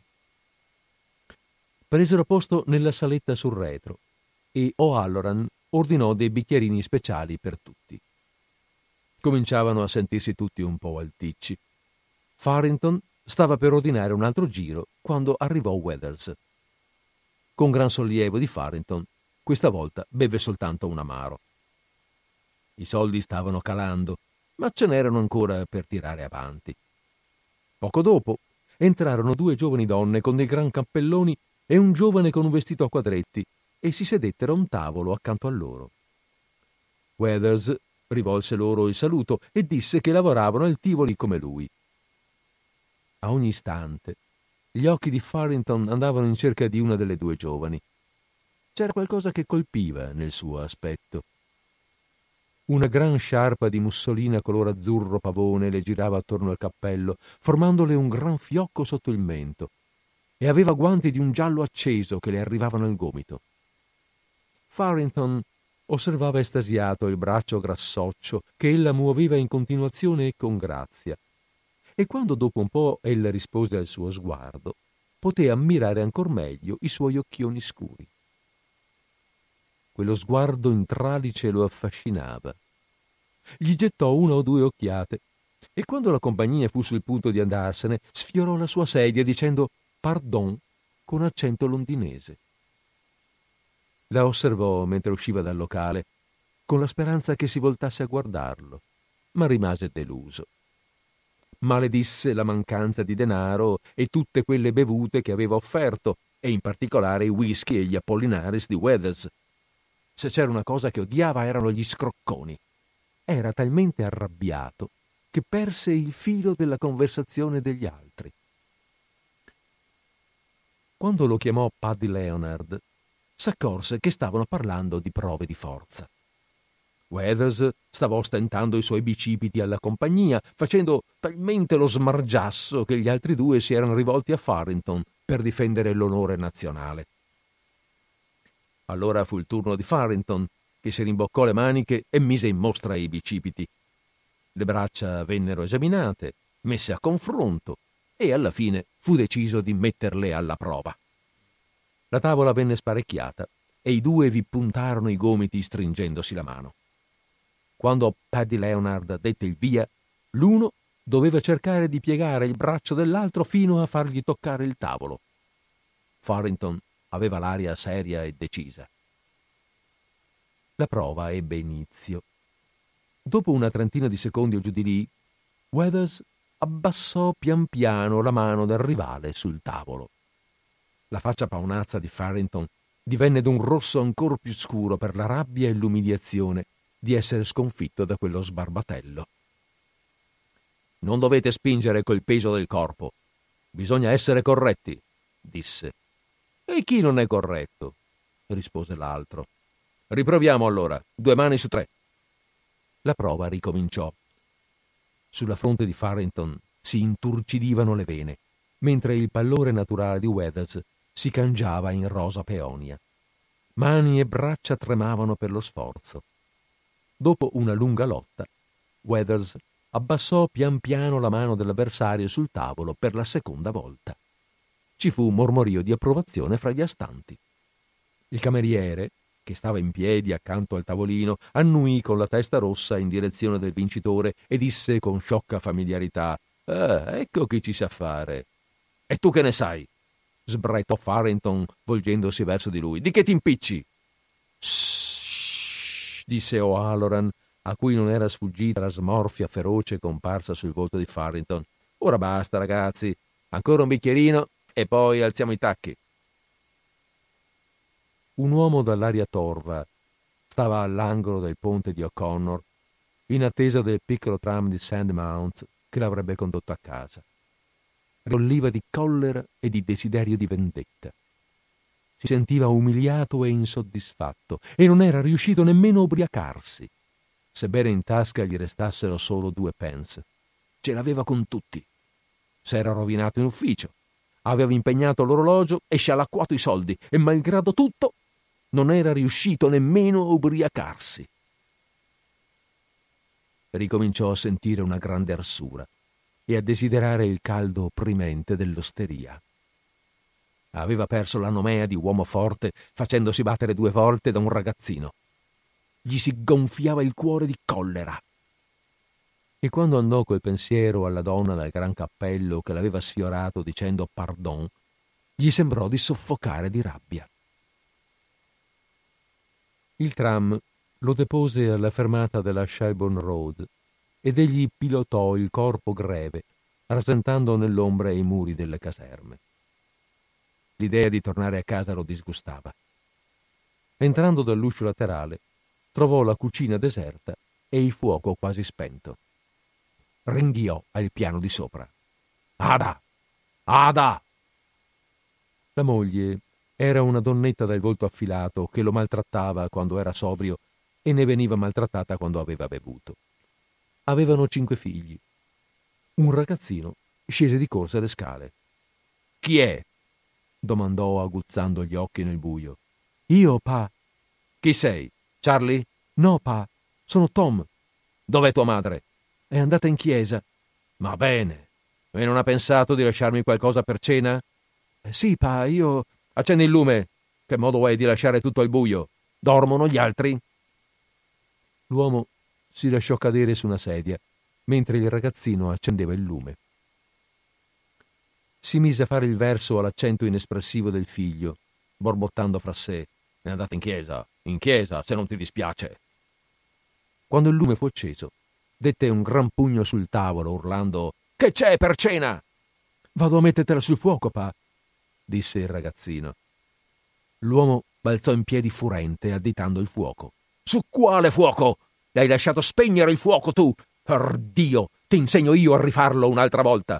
Presero posto nella saletta sul retro e O'Halloran ordinò dei bicchierini speciali per tutti. Cominciavano a sentirsi tutti un po' alticci. Farrington stava per ordinare un altro giro quando arrivò Weathers. Con gran sollievo di Farrington, questa volta beve soltanto un amaro. I soldi stavano calando, ma ce n'erano ancora per tirare avanti. Poco dopo entrarono due giovani donne con dei gran cappelloni e un giovane con un vestito a quadretti e si sedettero a un tavolo accanto a loro. Weathers rivolse loro il saluto e disse che lavoravano al Tivoli come lui. A ogni istante gli occhi di Farrington andavano in cerca di una delle due giovani. C'era qualcosa che colpiva nel suo aspetto. Una gran sciarpa di mussolina color azzurro pavone le girava attorno al cappello, formandole un gran fiocco sotto il mento, e aveva guanti di un giallo acceso che le arrivavano al gomito. Farrington osservava estasiato il braccio grassoccio che ella muoveva in continuazione e con grazia, e quando dopo un po' ella rispose al suo sguardo, poté ammirare ancor meglio i suoi occhioni scuri. Quello sguardo in tralice lo affascinava. Gli gettò una o due occhiate e quando la compagnia fu sul punto di andarsene sfiorò la sua sedia dicendo «pardon» con accento londinese. La osservò mentre usciva dal locale con la speranza che si voltasse a guardarlo, ma rimase deluso. Maledisse la mancanza di denaro e tutte quelle bevute che aveva offerto, e in particolare i whisky e gli Apollinaris di Weathers. Se c'era una cosa che odiava erano gli scrocconi. Era talmente arrabbiato che perse il filo della conversazione degli altri. Quando lo chiamò Paddy Leonard, s'accorse che stavano parlando di prove di forza. Weathers stava ostentando i suoi bicipiti alla compagnia, facendo talmente lo smargiasso che gli altri due si erano rivolti a Farrington per difendere l'onore nazionale. Allora fu il turno di Farrington, che si rimboccò le maniche e mise in mostra i bicipiti. Le braccia vennero esaminate, messe a confronto, e alla fine fu deciso di metterle alla prova. La tavola venne sparecchiata e i due vi puntarono i gomiti stringendosi la mano. Quando Paddy Leonard dette il via, l'uno doveva cercare di piegare il braccio dell'altro fino a fargli toccare il tavolo. Farrington aveva l'aria seria e decisa. La prova ebbe inizio. Dopo una trentina di secondi o giù di lì, Weathers abbassò pian piano la mano del rivale sul tavolo. La faccia paonazza di Farrington divenne d'un rosso ancor più scuro per la rabbia e l'umiliazione di essere sconfitto da quello sbarbatello. «Non dovete spingere col peso del corpo. Bisogna essere corretti», disse. «E chi non è corretto?» rispose l'altro. «Riproviamo allora. Due mani su tre». La prova ricominciò. Sulla fronte di Farrington si inturcidivano le vene, mentre il pallore naturale di Weathers si cangiava in rosa peonia. Mani e braccia tremavano per lo sforzo. Dopo una lunga lotta, Weathers abbassò pian piano la mano dell'avversario sul tavolo per la seconda volta. Ci fu un mormorio di approvazione fra gli astanti. Il cameriere, che stava in piedi accanto al tavolino, annuì con la testa rossa in direzione del vincitore e disse con sciocca familiarità: «Ah, ecco chi ci sa fare». «E tu che ne sai?» sbraitò Farrington volgendosi verso di lui. «Di che ti impicci?» «Shh», disse O'Halloran, a cui non era sfuggita la smorfia feroce comparsa sul volto di Farrington. «Ora basta, ragazzi. Ancora un bicchierino e poi alziamo i tacchi». Un uomo dall'aria torva stava all'angolo del ponte di O'Connor in attesa del piccolo tram di Sandmount che l'avrebbe condotto a casa. Bolliva di collera e di desiderio di vendetta. Si sentiva umiliato e insoddisfatto e non era riuscito nemmeno a ubriacarsi, sebbene in tasca gli restassero solo due pence. Ce l'aveva con tutti. S'era rovinato in ufficio, aveva impegnato l'orologio e scialacquato i soldi e, malgrado tutto, non era riuscito nemmeno a ubriacarsi. Ricominciò a sentire una grande arsura e a desiderare il caldo opprimente dell'osteria. Aveva perso la nomea di uomo forte facendosi battere due volte da un ragazzino. Gli si gonfiava il cuore di collera. E quando andò col pensiero alla donna dal gran cappello che l'aveva sfiorato dicendo pardon, gli sembrò di soffocare di rabbia. Il tram lo depose alla fermata della Shelbourne Road ed egli pilotò il corpo greve, rasentando nell'ombra i muri delle caserme. L'idea di tornare a casa lo disgustava. Entrando dall'uscio laterale, trovò la cucina deserta e il fuoco quasi spento. Ringhiò al piano di sopra. Ada! Ada! La moglie era una donnetta dal volto affilato che lo maltrattava quando era sobrio e ne veniva maltrattata quando aveva bevuto. Avevano cinque figli. Un ragazzino scese di corsa le scale. «Chi è?» domandò aguzzando gli occhi nel buio. «Io, pa». «Chi sei? Charlie?» «No, pa, sono Tom». «Dov'è tua madre?» «È andata in chiesa». «Ma bene. E non ha pensato di lasciarmi qualcosa per cena?» «Sì, pa, io...» «Accendi il lume. Che modo hai di lasciare tutto al buio? Dormono gli altri?» L'uomo si lasciò cadere su una sedia mentre il ragazzino accendeva il lume. Si mise a fare il verso all'accento inespressivo del figlio, borbottando fra sé. «È andata in chiesa, in chiesa, se non ti dispiace». Quando il lume fu acceso, dette un gran pugno sul tavolo, urlando «Che c'è per cena?» «Vado a mettertela sul fuoco, pa», disse il ragazzino. L'uomo balzò in piedi furente, additando il fuoco. «Su quale fuoco? L'hai lasciato spegnere il fuoco tu? Per Dio, ti insegno io a rifarlo un'altra volta!»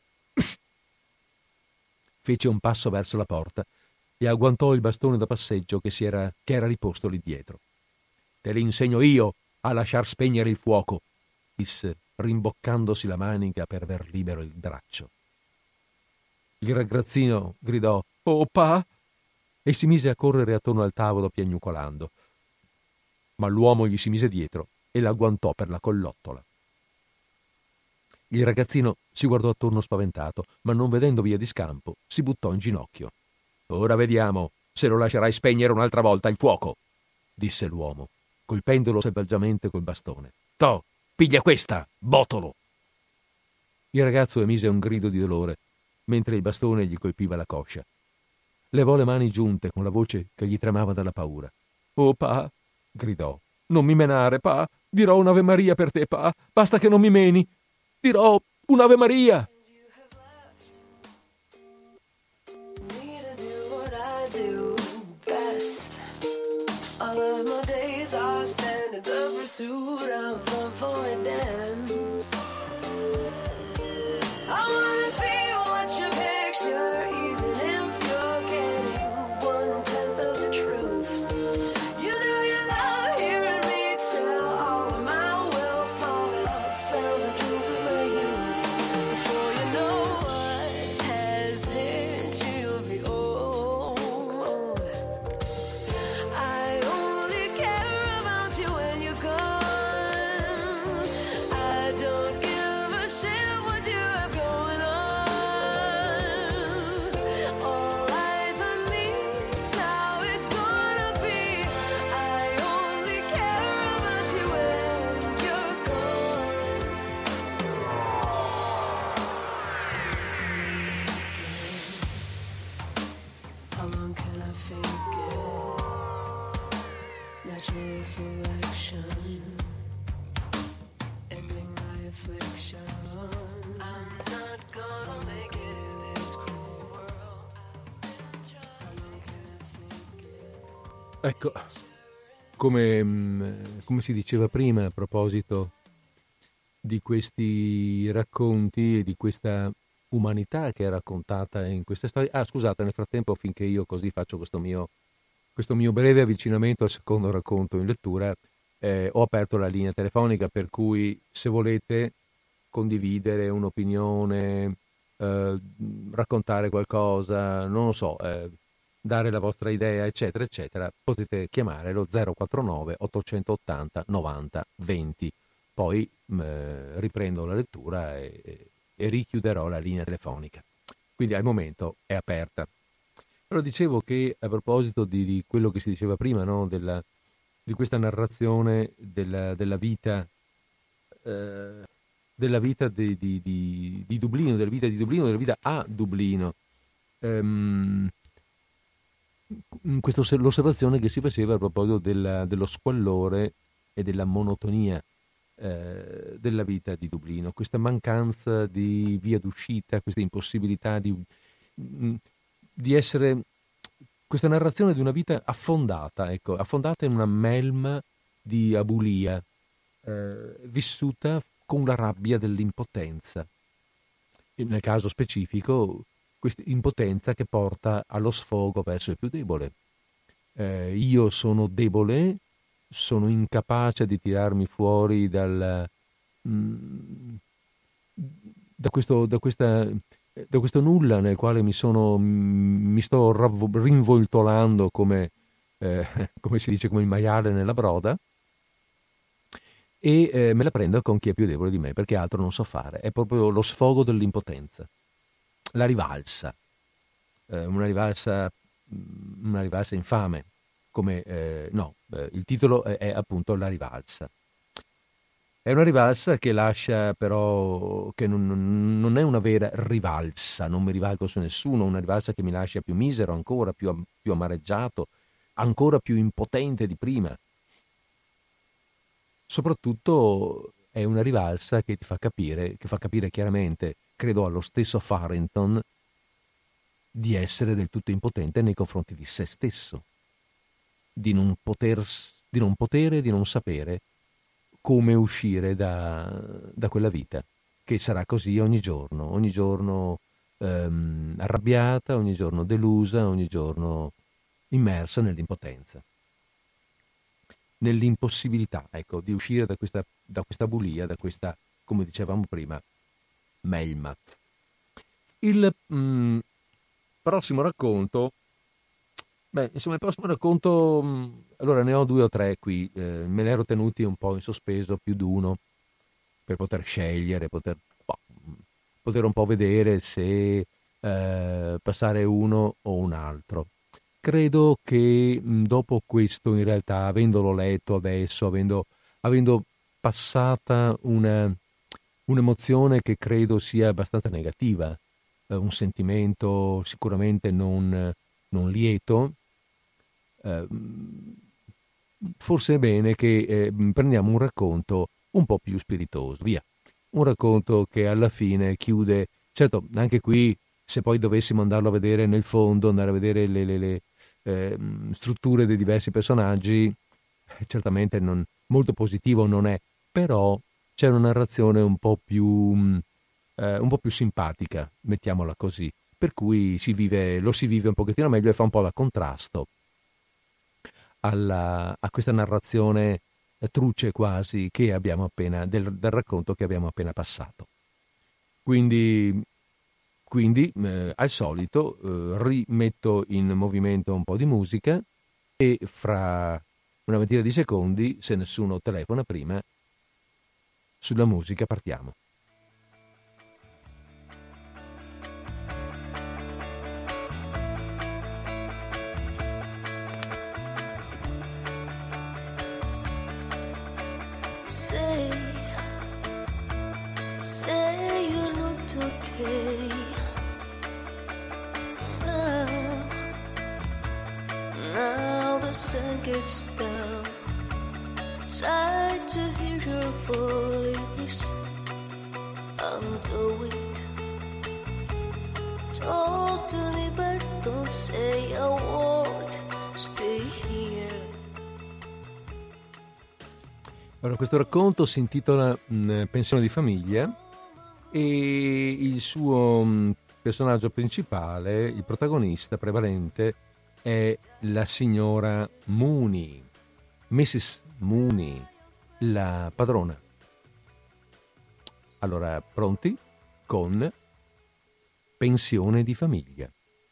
Fece un passo verso la porta e agguantò il bastone da passeggio che, si era, che era riposto lì dietro. «Te l'insegno io a lasciar spegnere il fuoco», disse, rimboccandosi la manica per aver libero il braccio. Il ragazzino gridò «Oh, pa!» e si mise a correre attorno al tavolo piagnucolando. Ma l'uomo gli si mise dietro e l'agguantò per la collottola. Il ragazzino si guardò attorno spaventato, ma non vedendo via di scampo, si buttò in ginocchio. «Ora vediamo se lo lascerai spegnere un'altra volta il fuoco», disse l'uomo, colpendolo selvaggiamente col bastone. «Toh, piglia questa, botolo!» Il ragazzo emise un grido di dolore, mentre il bastone gli colpiva la coscia. Levò le mani giunte con la voce che gli tremava dalla paura. «Oh, pa!» gridò. «Non mi menare, pa! Dirò un'Ave Maria per te, pa! Basta che non mi meni! Dirò un'Ave Maria!» Ecco, come, come si diceva prima a proposito di questi racconti e di questa umanità che è raccontata in queste storie. Ah, scusate, nel frattempo, finché io così faccio questo mio, questo mio breve avvicinamento al secondo racconto in lettura, eh, ho aperto la linea telefonica, per cui se volete condividere un'opinione, eh, raccontare qualcosa, non lo so, eh, dare la vostra idea, eccetera, eccetera, potete chiamare lo zero quattro nove ottocentottanta novanta venti. Poi eh, riprendo la lettura e, e richiuderò la linea telefonica. Quindi al momento è aperta. Però dicevo che a proposito di, di quello che si diceva prima, no? Della, di questa narrazione della, della vita eh, della vita di, di, di, di Dublino, della vita di Dublino, della vita a Dublino. Ehm, questo, l'osservazione che si faceva a proposito della, dello squallore e della monotonia Eh, della vita di Dublino, questa mancanza di via d'uscita, questa impossibilità di, di essere, questa narrazione di una vita affondata, ecco, affondata in una melma di abulia, eh, vissuta con la rabbia dell'impotenza. E nel caso specifico, questa impotenza che porta allo sfogo verso il più debole. Eh, io sono debole, sono incapace di tirarmi fuori dal, mh, da, questo, da, questa, da questo nulla nel quale mi, sono, mi sto ravvo, rinvoltolando come, eh, come si dice, come il maiale nella broda, e eh, me la prendo con chi è più debole di me, perché altro non so fare. È proprio lo sfogo dell'impotenza, la rivalsa, eh, una rivalsa, una rivalsa infame. Come, eh, no, eh, il titolo è, è appunto La rivalsa. È una rivalsa che lascia però, che non, non è una vera rivalsa, non mi rivalgo su nessuno, una rivalsa che mi lascia più misero ancora, più, più amareggiato, ancora più impotente di prima. Soprattutto è una rivalsa che ti fa capire, che fa capire chiaramente, credo allo stesso Farrington, di essere del tutto impotente nei confronti di se stesso. Di non poter, di non potere, di non sapere come uscire da, da quella vita, che sarà così ogni giorno, ogni giorno ehm, arrabbiata, ogni giorno delusa, ogni giorno immersa nell'impotenza, nell'impossibilità, ecco, di uscire da questa, da questa bulia, da questa, come dicevamo prima, melma. Il mh, prossimo racconto Beh, insomma, il prossimo racconto, allora ne ho due o tre qui, eh, me ne ero tenuti un po' in sospeso, più di uno, per poter scegliere, poter, boh, poter un po' vedere se eh, passare uno o un altro. Credo che dopo questo, in realtà, avendolo letto adesso, avendo, avendo passata una, un'emozione che credo sia abbastanza negativa, eh, un sentimento sicuramente non, non lieto, Uh, forse è bene che eh, prendiamo un racconto un po' più spiritoso, via, un racconto che alla fine chiude, certo anche qui se poi dovessimo andarlo a vedere nel fondo, andare a vedere le, le, le eh, strutture dei diversi personaggi, certamente non, molto positivo non è, però c'è una narrazione un po' più eh, un po' più simpatica, mettiamola così, per cui si vive, lo si vive un pochettino meglio e fa un po' da contrasto Alla, a questa narrazione truce quasi che abbiamo appena del, del racconto che abbiamo appena passato. Quindi, quindi eh, al solito eh, rimetto in movimento un po' di musica e fra una ventina di secondi, se nessuno telefona prima, sulla musica partiamo. Say, say you're not okay. Now, now the sun gets down. Try to hear your voice. I'm doing. Talk to me, but don't say a word. Stay here. Allora, questo racconto si intitola mh, Pensione di famiglia e il suo mh, personaggio principale, il protagonista prevalente, è la signora Mooney, missus Mooney, la padrona. Allora, pronti? Con Pensione di famiglia.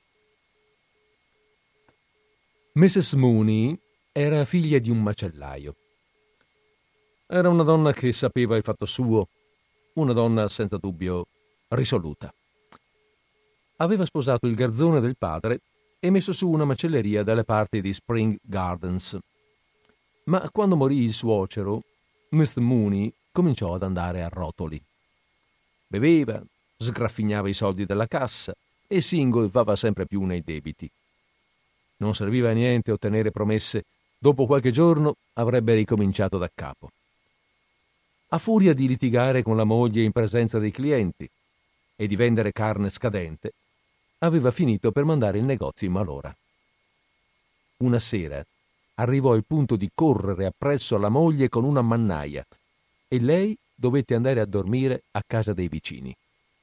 missus Mooney era figlia di un macellaio. Era una donna che sapeva il fatto suo, una donna senza dubbio risoluta. Aveva sposato il garzone del padre e messo su una macelleria dalle parti di Spring Gardens. Ma quando morì il suocero, mister Mooney cominciò ad andare a rotoli. Beveva, sgraffignava i soldi della cassa e si ingolfava sempre più nei debiti. Non serviva a niente ottenere promesse, dopo qualche giorno avrebbe ricominciato da capo. A furia di litigare con la moglie in presenza dei clienti e di vendere carne scadente, aveva finito per mandare il negozio in malora. Una sera arrivò al punto di correre appresso alla moglie con una mannaia e lei dovette andare a dormire a casa dei vicini.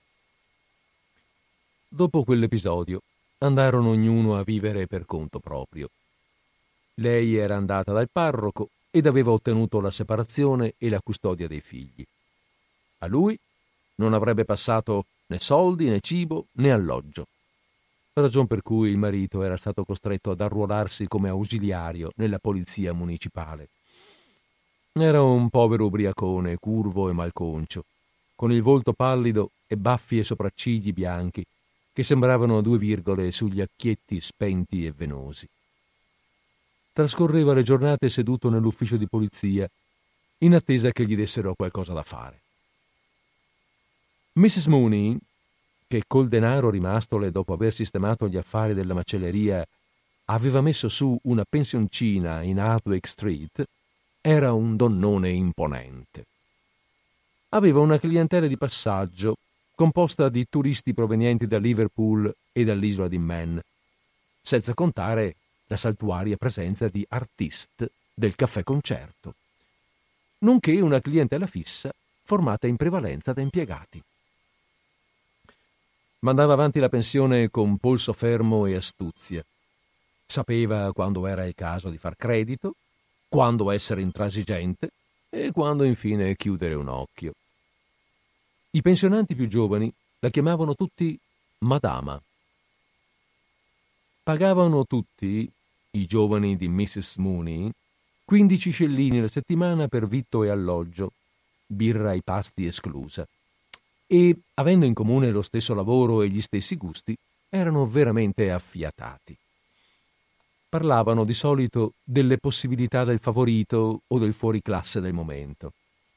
Dopo quell'episodio andarono ognuno a vivere per conto proprio. Lei era andata dal parroco ed aveva ottenuto la separazione e la custodia dei figli. A lui non avrebbe passato né soldi, né cibo, né alloggio, ragion per cui il marito era stato costretto ad arruolarsi come ausiliario nella polizia municipale. Era un povero ubriacone, curvo e malconcio, con il volto pallido e baffi e sopraccigli bianchi che sembravano due virgole sugli occhietti spenti e venosi. Trascorreva le giornate seduto nell'ufficio di polizia, in attesa che gli dessero qualcosa da fare. missus Mooney, che col denaro rimastole dopo aver sistemato gli affari della macelleria aveva messo su una pensioncina in Hardwick Street, era un donnone imponente. Aveva una clientela di passaggio composta di turisti provenienti da Liverpool e dall'isola di Man, senza contare la saltuaria presenza di artiste del caffè concerto, nonché una clientela fissa formata in prevalenza da impiegati. Mandava avanti la pensione con polso fermo e astuzia. Sapeva quando era il caso di far credito, quando essere intransigente e quando infine chiudere un occhio. I pensionanti più giovani la chiamavano tutti Madama. Pagavano tutti, i giovani di missus Mooney, quindici scellini alla settimana per vitto e alloggio, birra ai pasti esclusa, e, avendo in comune lo stesso lavoro e gli stessi gusti, erano veramente affiatati. Parlavano di solito delle possibilità del favorito o del fuoriclasse del momento.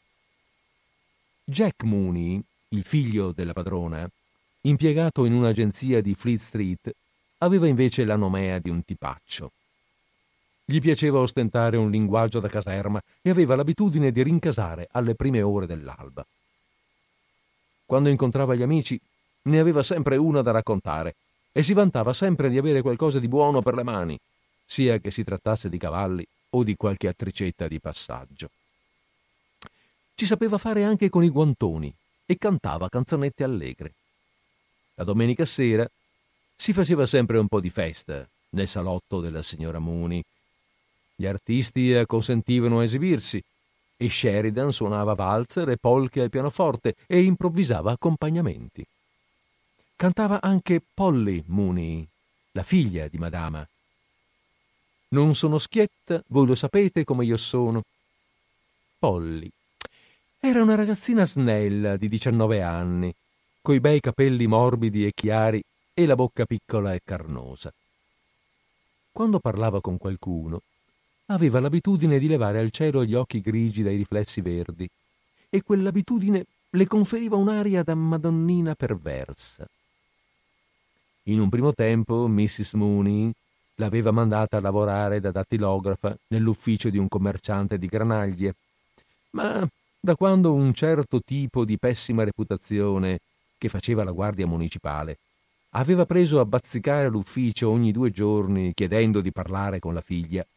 Jack Mooney, il figlio della padrona, impiegato in un'agenzia di Fleet Street, aveva invece la nomea di un tipaccio. Gli piaceva ostentare un linguaggio da caserma e aveva l'abitudine di rincasare alle prime ore dell'alba. Quando incontrava gli amici, ne aveva sempre una da raccontare e si vantava sempre di avere qualcosa di buono per le mani, sia che si trattasse di cavalli o di qualche attricetta di passaggio. Ci sapeva fare anche con i guantoni e cantava canzonette allegre. La domenica sera si faceva sempre un po' di festa nel salotto della signora Mooney. Gli artisti consentivano a esibirsi e Sheridan suonava valzer e polke al pianoforte e improvvisava accompagnamenti. Cantava anche Polly Mooney, la figlia di Madama. Non sono schietta, voi lo sapete come io sono. Polly era una ragazzina snella di diciannove anni, coi bei capelli morbidi e chiari e la bocca piccola e carnosa. Quando parlava con qualcuno, aveva l'abitudine di levare al cielo gli occhi grigi dai riflessi verdi, e quell'abitudine le conferiva un'aria da madonnina perversa. In un primo tempo missus Mooney l'aveva mandata a lavorare da dattilografa nell'ufficio di un commerciante di granaglie, ma da quando un certo tipo di pessima reputazione che faceva la guardia municipale aveva preso a bazzicare l'ufficio ogni due giorni chiedendo di parlare con la figlia,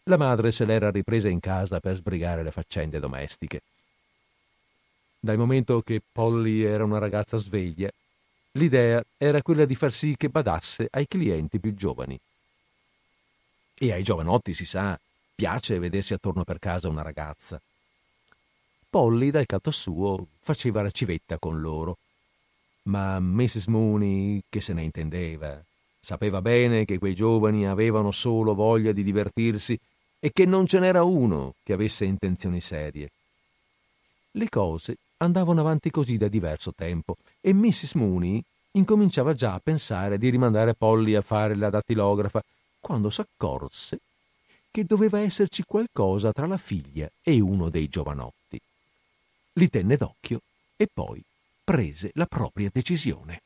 la madre se l'era ripresa in casa per sbrigare le faccende domestiche. Dal momento che Polly era una ragazza sveglia, l'idea era quella di far sì che badasse ai clienti più giovani. E ai giovanotti, si sa, piace vedersi attorno per casa una ragazza. Polly, dal canto suo, faceva la civetta con loro, ma missus Mooney, che se ne intendeva, sapeva bene che quei giovani avevano solo voglia di divertirsi e che non ce n'era uno che avesse intenzioni serie. Le cose andavano avanti così da diverso tempo e missus Mooney incominciava già a pensare di rimandare Polly a fare la dattilografa, quando s'accorse che doveva esserci qualcosa tra la figlia e uno dei giovanotti. Li tenne d'occhio e poi prese la propria decisione.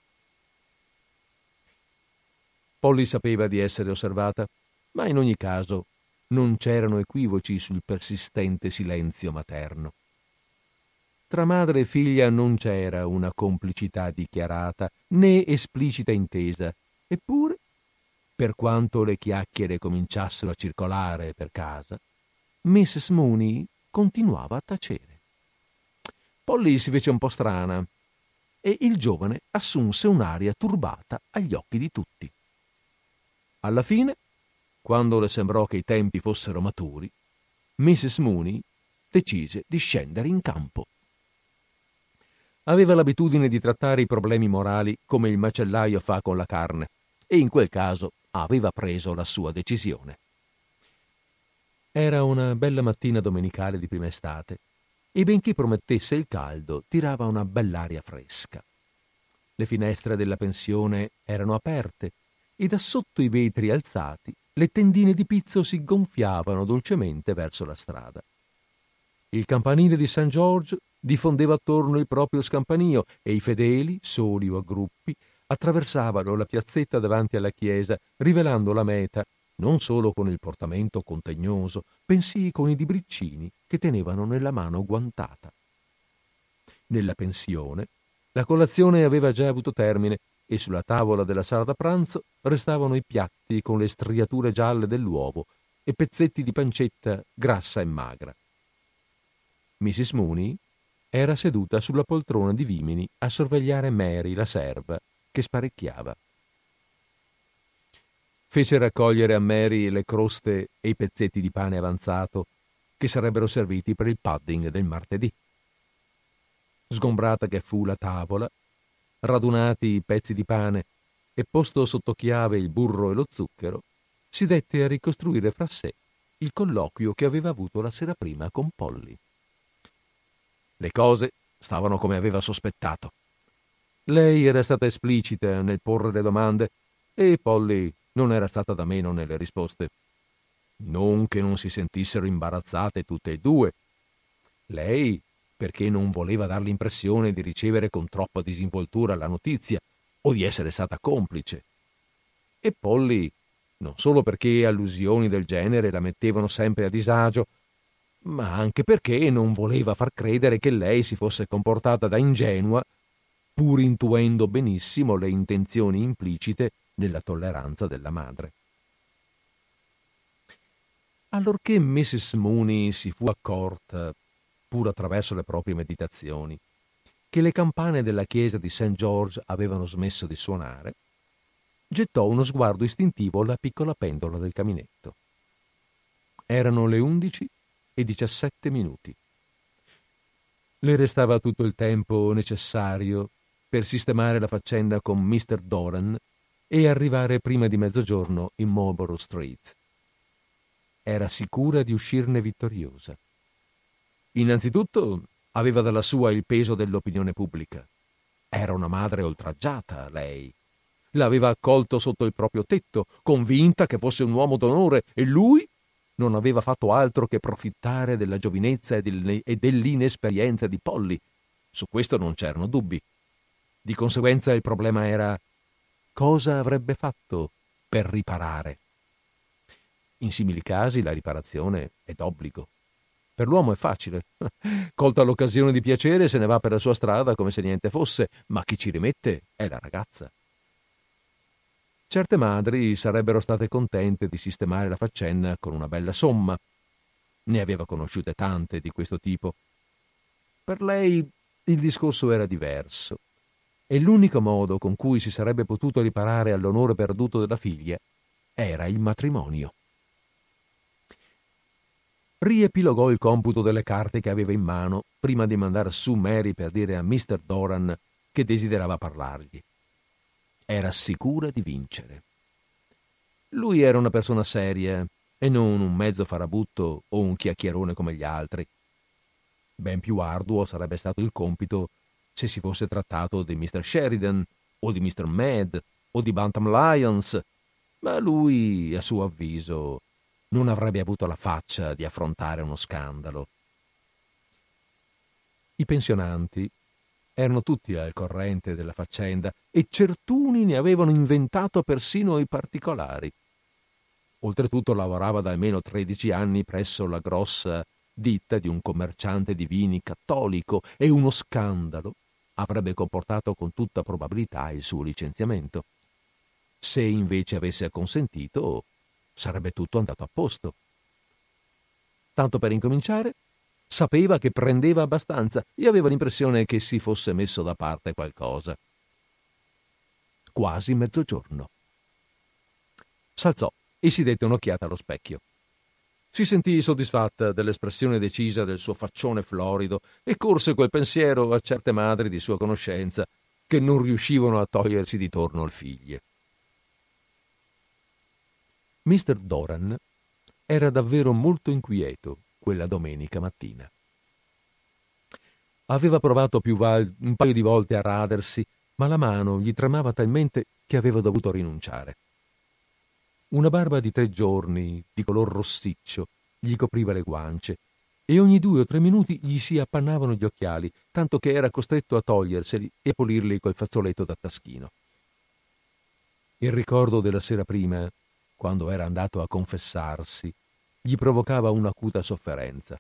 Polly sapeva di essere osservata, ma in ogni caso non c'erano equivoci sul persistente silenzio materno. Tra madre e figlia non c'era una complicità dichiarata né esplicita intesa, eppure, per quanto le chiacchiere cominciassero a circolare per casa, missus Mooney continuava a tacere. Polly si fece un po' strana e il giovane assunse un'aria turbata agli occhi di tutti. Alla fine, quando le sembrò che i tempi fossero maturi, missus Mooney decise di scendere in campo. Aveva l'abitudine di trattare i problemi morali come il macellaio fa con la carne, e in quel caso aveva preso la sua decisione. Era una bella mattina domenicale di prima estate, e benché promettesse il caldo, tirava una bell'aria fresca. Le finestre della pensione erano aperte, e da sotto i vetri alzati le tendine di pizzo si gonfiavano dolcemente verso la strada. Il campanile di Saint George diffondeva attorno il proprio scampanio e i fedeli, soli o a gruppi, attraversavano la piazzetta davanti alla chiesa, rivelando la meta non solo con il portamento contegnoso, bensì con i libriccini che tenevano nella mano guantata. Nella pensione la colazione aveva già avuto termine e sulla tavola della sala da pranzo restavano i piatti con le striature gialle dell'uovo e pezzetti di pancetta grassa e magra. missus Mooney era seduta sulla poltrona di vimini a sorvegliare Mary, la serva, che sparecchiava. Fece raccogliere a Mary le croste e i pezzetti di pane avanzato che sarebbero serviti per il pudding del martedì. Sgombrata che fu la tavola, radunati i pezzi di pane e posto sotto chiave il burro e lo zucchero, si dette a ricostruire fra sé il colloquio che aveva avuto la sera prima con Polly. Le cose stavano come aveva sospettato. Lei era stata esplicita nel porre le domande e Polly non era stata da meno nelle risposte. Non che non si sentissero imbarazzate tutte e due. Lei perché non voleva dar l'impressione di ricevere con troppa disinvoltura la notizia o di essere stata complice. E Polly non solo perché allusioni del genere la mettevano sempre a disagio, ma anche perché non voleva far credere che lei si fosse comportata da ingenua, pur intuendo benissimo le intenzioni implicite nella tolleranza della madre. Allorché missus Mooney si fu accorta, pur attraverso le proprie meditazioni, che le campane della chiesa di Saint George avevano smesso di suonare, gettò uno sguardo istintivo alla piccola pendola del caminetto. Erano le undici e diciassette minuti. Le restava tutto il tempo necessario per sistemare la faccenda con mister Doran e arrivare prima di mezzogiorno in Marlborough Street. Era sicura di uscirne vittoriosa. Innanzitutto aveva dalla sua il peso dell'opinione pubblica. Era una madre oltraggiata, lei. L'aveva accolto sotto il proprio tetto, convinta che fosse un uomo d'onore, e lui non aveva fatto altro che profittare della giovinezza e dell'inesperienza di Polly. Su questo non c'erano dubbi. Di conseguenza il problema era: cosa avrebbe fatto per riparare? In simili casi la riparazione è d'obbligo. Per l'uomo è facile. Colta l'occasione di piacere se ne va per la sua strada come se niente fosse, ma chi ci rimette è la ragazza. Certe madri sarebbero state contente di sistemare la faccenda con una bella somma. Ne aveva conosciute tante di questo tipo. Per lei il discorso era diverso e l'unico modo con cui si sarebbe potuto riparare all'onore perduto della figlia era il matrimonio. Riepilogò il computo delle carte che aveva in mano prima di mandare su Mary per dire a mister Doran che desiderava parlargli. Era sicura di vincere. Lui era una persona seria e non un mezzo farabutto o un chiacchierone come gli altri. Ben più arduo sarebbe stato il compito se si fosse trattato di mister Sheridan o di mister Mead o di Bantam Lyons, ma lui, a suo avviso, non avrebbe avuto la faccia di affrontare uno scandalo. I pensionanti erano tutti al corrente della faccenda e certuni ne avevano inventato persino i particolari. Oltretutto lavorava da almeno tredici anni presso la grossa ditta di un commerciante di vini cattolico e uno scandalo avrebbe comportato con tutta probabilità il suo licenziamento. Se invece avesse acconsentito, sarebbe tutto andato a posto. Tanto per incominciare, sapeva che prendeva abbastanza e aveva l'impressione che si fosse messo da parte qualcosa. Quasi mezzogiorno. S'alzò e si dette un'occhiata allo specchio. Si sentì soddisfatta dell'espressione decisa del suo faccione florido e corse quel pensiero a certe madri di sua conoscenza che non riuscivano a togliersi di torno il figlio. mister Doran era davvero molto inquieto quella domenica mattina. Aveva provato più val- un paio di volte a radersi, ma la mano gli tremava talmente che aveva dovuto rinunciare. Una barba di tre giorni, di color rossiccio, gli copriva le guance e ogni due o tre minuti gli si appannavano gli occhiali, tanto che era costretto a toglierseli e a pulirli col fazzoletto da taschino. Il ricordo della sera prima, quando era andato a confessarsi, gli provocava un'acuta sofferenza.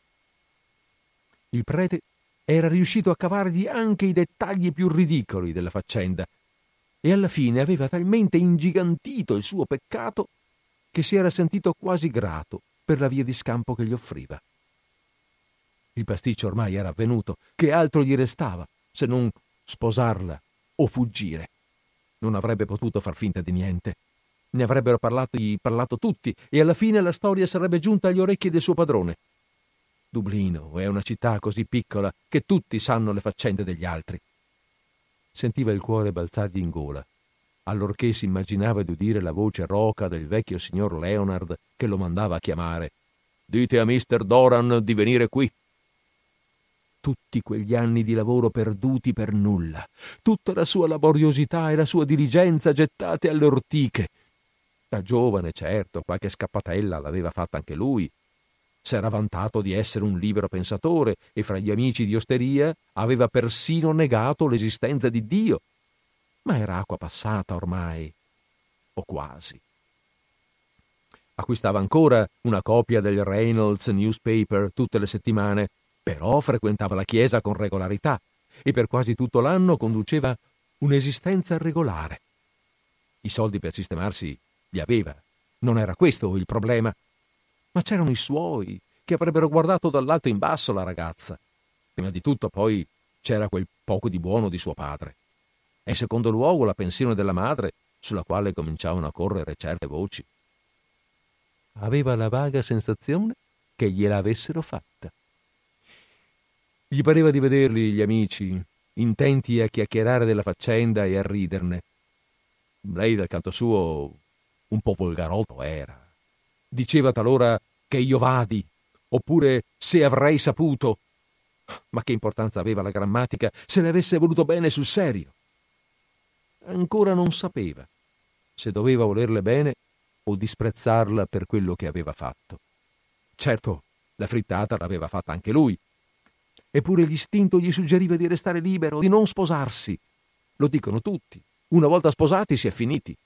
Il prete era riuscito a cavargli anche i dettagli più ridicoli della faccenda e alla fine aveva talmente ingigantito il suo peccato che si era sentito quasi grato per la via di scampo che gli offriva. Il pasticcio ormai era avvenuto, che altro gli restava se non sposarla o fuggire? Non avrebbe potuto far finta di niente. Ne avrebbero parlato, parlato tutti e alla fine la storia sarebbe giunta agli orecchi del suo padrone. Dublino è una città così piccola che tutti sanno le faccende degli altri. Sentiva il cuore balzargli in gola, allorché si immaginava di udire la voce roca del vecchio signor Leonard che lo mandava a chiamare. «Dite a mister Doran di venire qui!» Tutti quegli anni di lavoro perduti per nulla, tutta la sua laboriosità e la sua diligenza gettate alle ortiche. Da giovane, certo, qualche scappatella l'aveva fatta anche lui. S'era vantato di essere un libero pensatore e fra gli amici di osteria aveva persino negato l'esistenza di Dio. Ma era acqua passata ormai, o quasi. Acquistava ancora una copia del Reynolds Newspaper tutte le settimane, però frequentava la chiesa con regolarità e per quasi tutto l'anno conduceva un'esistenza regolare. I soldi per sistemarsi li aveva, non era questo il problema, ma c'erano i suoi che avrebbero guardato dall'alto in basso la ragazza. Prima di tutto poi c'era quel poco di buono di suo padre e in secondo luogo la pensione della madre sulla quale cominciavano a correre certe voci. Aveva la vaga sensazione che gliela avessero fatta. Gli pareva di vederli gli amici, intenti a chiacchierare della faccenda e a riderne. Lei dal canto suo un po' volgarotto era. Diceva talora che io vadi, oppure se avrei saputo. Ma che importanza aveva la grammatica se le avesse voluto bene sul serio? Ancora non sapeva se doveva volerle bene o disprezzarla per quello che aveva fatto. Certo, la frittata l'aveva fatta anche lui. Eppure l'istinto gli suggeriva di restare libero, di non sposarsi. Lo dicono tutti. Una volta sposati si è finiti.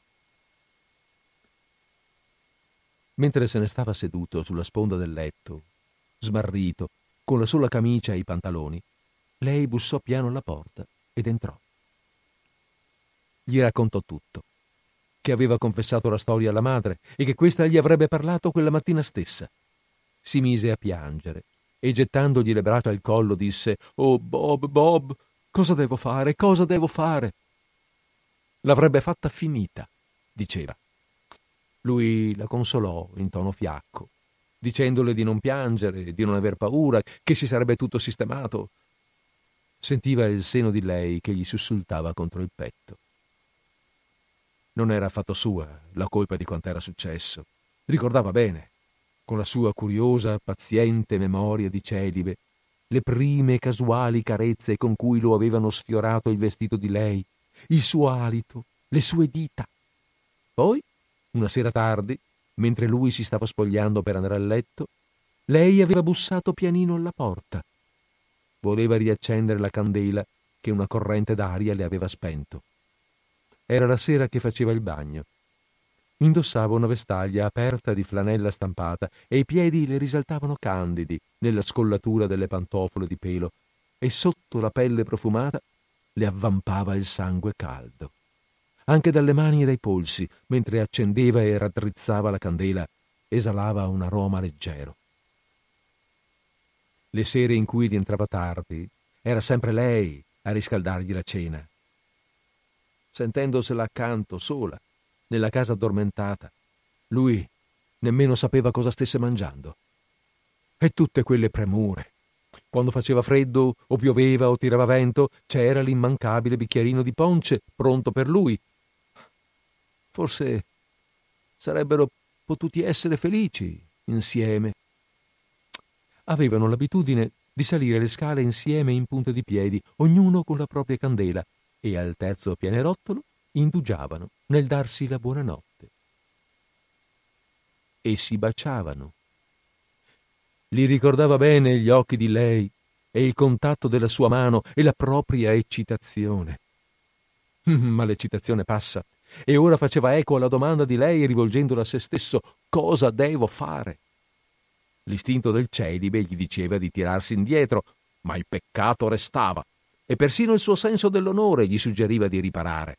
Mentre se ne stava seduto sulla sponda del letto, smarrito, con la sola camicia e i pantaloni, lei bussò piano alla porta ed entrò. Gli raccontò tutto. che aveva confessato la storia alla madre e che questa gli avrebbe parlato quella mattina stessa. Si mise a piangere e gettandogli le braccia al collo disse: «Oh Bob, Bob, cosa devo fare? Cosa devo fare?» L'avrebbe fatta finita, diceva. Lui la consolò in tono fiacco, dicendole di non piangere, di non aver paura, che si sarebbe tutto sistemato. Sentiva il seno di lei che gli sussultava contro il petto. Non era affatto sua la colpa di quant'era successo. Ricordava bene, con la sua curiosa, paziente memoria di celibe, le prime casuali carezze con cui lo avevano sfiorato il vestito di lei, il suo alito, le sue dita. Poi, una sera tardi, mentre lui si stava spogliando per andare a letto, lei aveva bussato pianino alla porta. Voleva riaccendere la candela che una corrente d'aria le aveva spento. Era la sera che faceva il bagno. Indossava una vestaglia aperta di flanella stampata e i piedi le risaltavano candidi nella scollatura delle pantofole di pelo e sotto la pelle profumata le avvampava il sangue caldo. Anche dalle mani e dai polsi, mentre accendeva e raddrizzava la candela, esalava un aroma leggero. Le sere in cui rientrava tardi, era sempre lei a riscaldargli la cena. Sentendosela accanto, sola, nella casa addormentata, lui nemmeno sapeva cosa stesse mangiando. E tutte quelle premure. Quando faceva freddo, o pioveva, o tirava vento, c'era l'immancabile bicchierino di ponce pronto per lui. Forse sarebbero potuti essere felici insieme. Avevano l'abitudine di salire le scale insieme in punta di piedi, ognuno con la propria candela, e al terzo pianerottolo indugiavano nel darsi la buonanotte. E si baciavano. Li ricordava bene gli occhi di lei e il contatto della sua mano e la propria eccitazione. Ma l'eccitazione passa, e ora faceva eco alla domanda di lei rivolgendola a se stesso: cosa devo fare? L'istinto del celibe gli diceva di tirarsi indietro, ma il peccato restava, e persino il suo senso dell'onore gli suggeriva di riparare.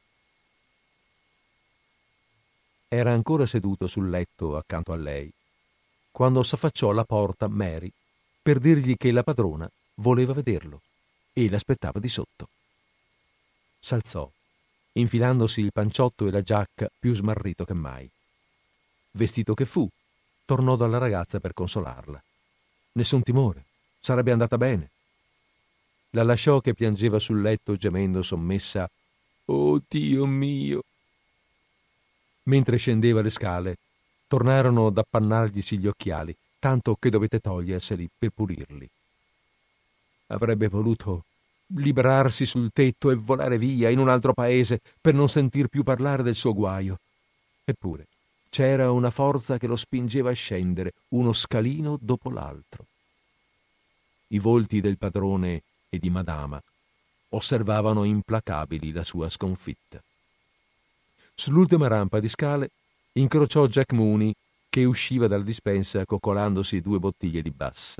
Era ancora seduto sul letto accanto a lei, quando s'affacciò alla porta Mary per dirgli che la padrona voleva vederlo e l'aspettava di sotto. S'alzò, infilandosi il panciotto e la giacca più smarrito che mai. Vestito che fu, tornò dalla ragazza per consolarla. Nessun timore, sarebbe andata bene. La lasciò che piangeva sul letto gemendo sommessa: «Oh Dio mio!» Mentre scendeva le scale, tornarono ad appannarglisi gli occhiali, tanto che dovette toglierseli per pulirli. Avrebbe voluto librarsi sul tetto e volare via in un altro paese per non sentir più parlare del suo guaio. Eppure c'era una forza che lo spingeva a scendere uno scalino dopo l'altro. I volti del padrone e di Madama osservavano implacabili la sua sconfitta. Sull'ultima rampa di scale incrociò Jack Mooney che usciva dalla dispensa coccolandosi due bottiglie di Bass.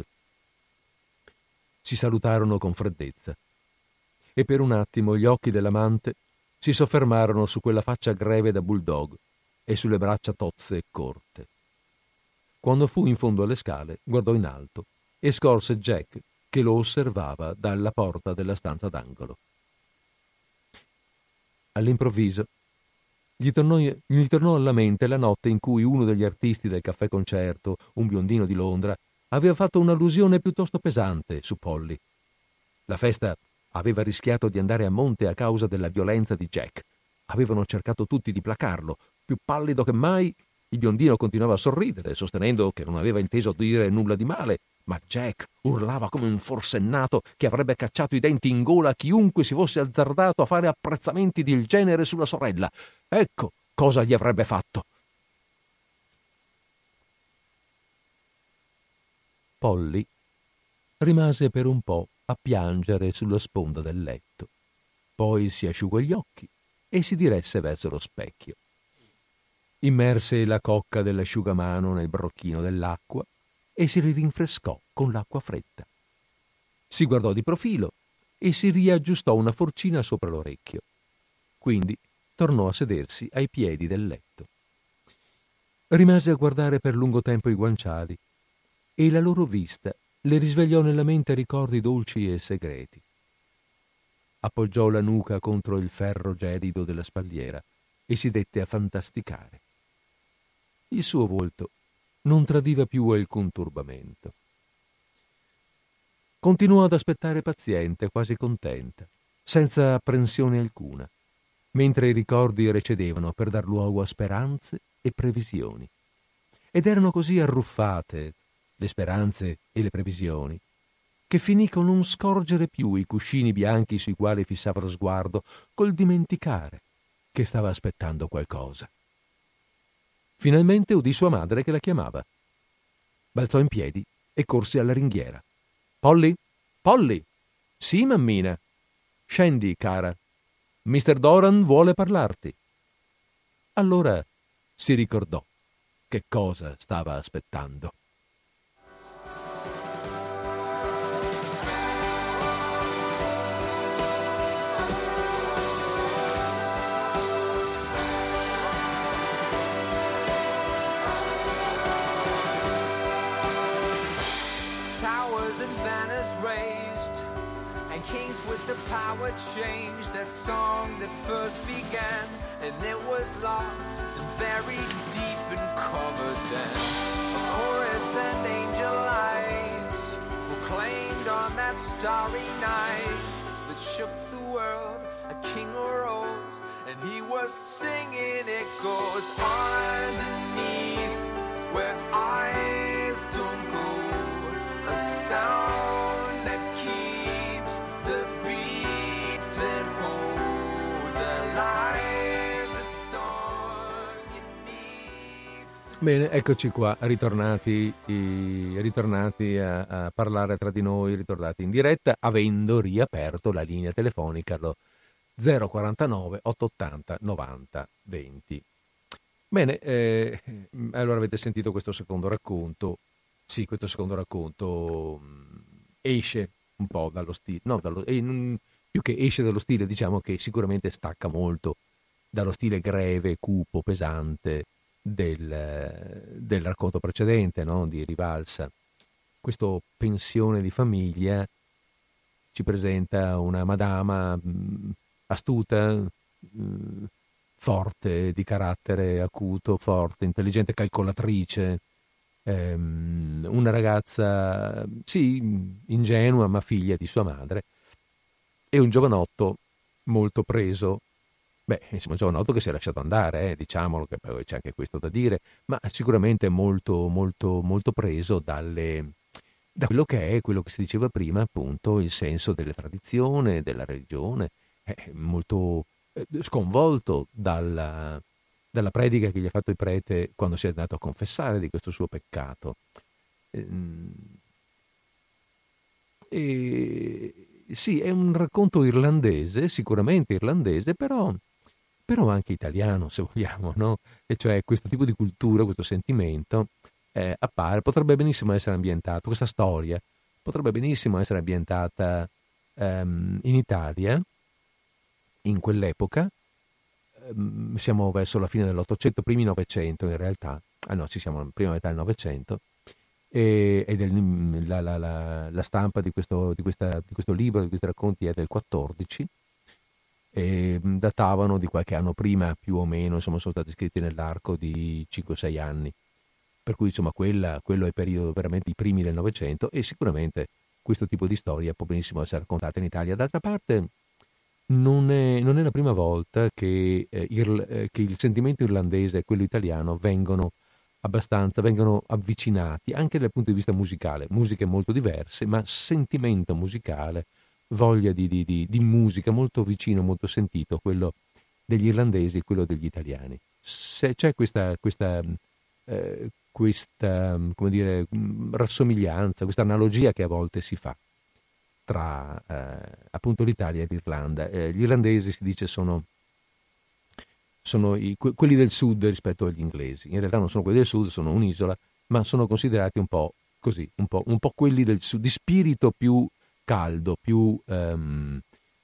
Si salutarono con freddezza e per un attimo gli occhi dell'amante si soffermarono su quella faccia greve da bulldog e sulle braccia tozze e corte. Quando fu in fondo alle scale, guardò in alto e scorse Jack che lo osservava dalla porta della stanza d'angolo. All'improvviso gli tornò, gli tornò alla mente la notte in cui uno degli artisti del caffè concerto, un biondino di Londra, aveva fatto un'allusione piuttosto pesante su Polly. La festa aveva rischiato di andare a monte a causa della violenza di Jack. Avevano cercato tutti di placarlo. Più pallido che mai, il biondino continuava a sorridere, sostenendo che non aveva inteso dire nulla di male, ma Jack urlava come un forsennato che avrebbe cacciato i denti in gola a chiunque si fosse azzardato a fare apprezzamenti del genere sulla sorella. Ecco cosa gli avrebbe fatto. Polly rimase per un po' a piangere sulla sponda del letto. Poi si asciugò gli occhi e si diresse verso lo specchio. Immerse la cocca dell'asciugamano nel brocchino dell'acqua e si rinfrescò con l'acqua fredda. Si guardò di profilo e si riaggiustò una forcina sopra l'orecchio. Quindi tornò a sedersi ai piedi del letto. Rimase a guardare per lungo tempo i guanciali e la loro vista le risvegliò nella mente ricordi dolci e segreti. Appoggiò la nuca contro il ferro gelido della spalliera e si dette a fantasticare. Il suo volto non tradiva più alcun turbamento. Continuò ad aspettare paziente, quasi contenta, senza apprensione alcuna, mentre i ricordi recedevano per dar luogo a speranze e previsioni. Ed erano così arruffate le speranze e le previsioni che finì con non scorgere più i cuscini bianchi sui quali fissava lo sguardo, col dimenticare che stava aspettando qualcosa. Finalmente udì sua madre che la chiamava. Balzò in piedi e corse alla ringhiera. «Polly? Polly?» «Sì, mammina?» «Scendi, cara. mister Doran vuole parlarti». Allora si ricordò che cosa stava aspettando. Kings with the power changed, that song that first began, and it was lost and buried deep and covered then. A chorus and angel lights proclaimed on that starry night that shook the world, a king arose and he was singing. It goes underneath where eyes don't go, a sound that keeps the beat that holds alive the song it needs. Bene, eccoci qua, ritornati, i, ritornati a, a parlare tra di noi, ritornati in diretta, avendo riaperto la linea telefonica allo zero quarantanove ottocentottanta novanta venti. Bene, eh, allora avete sentito questo secondo racconto. Sì, questo secondo racconto mh, esce un po' dallo stile, no, dallo, eh, non, più che esce dallo stile, diciamo che sicuramente stacca molto dallo stile greve, cupo, pesante del, del racconto precedente, no? Di Rivalsa. Questo pensione di famiglia ci presenta una madama mh, astuta, mh, forte, di carattere acuto, forte, intelligente, calcolatrice, ehm, una ragazza, sì, ingenua, ma figlia di sua madre, e un giovanotto molto preso, beh, insomma, un giovanotto che si è lasciato andare, eh, diciamolo, che poi c'è anche questo da dire, ma sicuramente molto, molto, molto preso dalle, da quello che è, quello che si diceva prima, appunto, il senso della tradizione, della religione, è molto eh, sconvolto dalla, dalla predica che gli ha fatto il prete quando si è andato a confessare di questo suo peccato. E, sì, è un racconto irlandese, sicuramente irlandese, però, però anche italiano, se vogliamo, no? E cioè questo tipo di cultura, questo sentimento eh, appare, potrebbe benissimo essere ambientato, questa storia potrebbe benissimo essere ambientata ehm, in Italia, in quell'epoca, ehm, siamo verso la fine dell'Ottocento, primi Novecento in realtà, ah no, ci siamo in prima metà del Novecento, e, e del, la, la, la, la stampa di questo, di, questa, di questo libro, di questi racconti è del quattordici, e datavano di qualche anno prima più o meno, insomma sono stati scritti nell'arco di cinque sei anni, per cui insomma quella, quello è il periodo veramente i primi del Novecento, e sicuramente questo tipo di storia può benissimo essere raccontata in Italia. D'altra parte Non è, non è la prima volta che, eh, il, eh, che il sentimento irlandese e quello italiano vengono abbastanza, vengono avvicinati anche dal punto di vista musicale, musiche molto diverse, ma sentimento musicale, voglia di, di, di, di musica molto vicino, molto sentito, quello degli irlandesi e quello degli italiani. Se c'è questa, questa, eh, questa come dire, rassomiglianza, questa analogia che a volte si fa tra eh, appunto l'Italia e l'Irlanda. Eh, gli irlandesi, si dice, sono, sono i, que, quelli del sud rispetto agli inglesi. In realtà non sono quelli del sud, sono un'isola, ma sono considerati un po' così, un po', un po' quelli del sud, di spirito più caldo, più, um,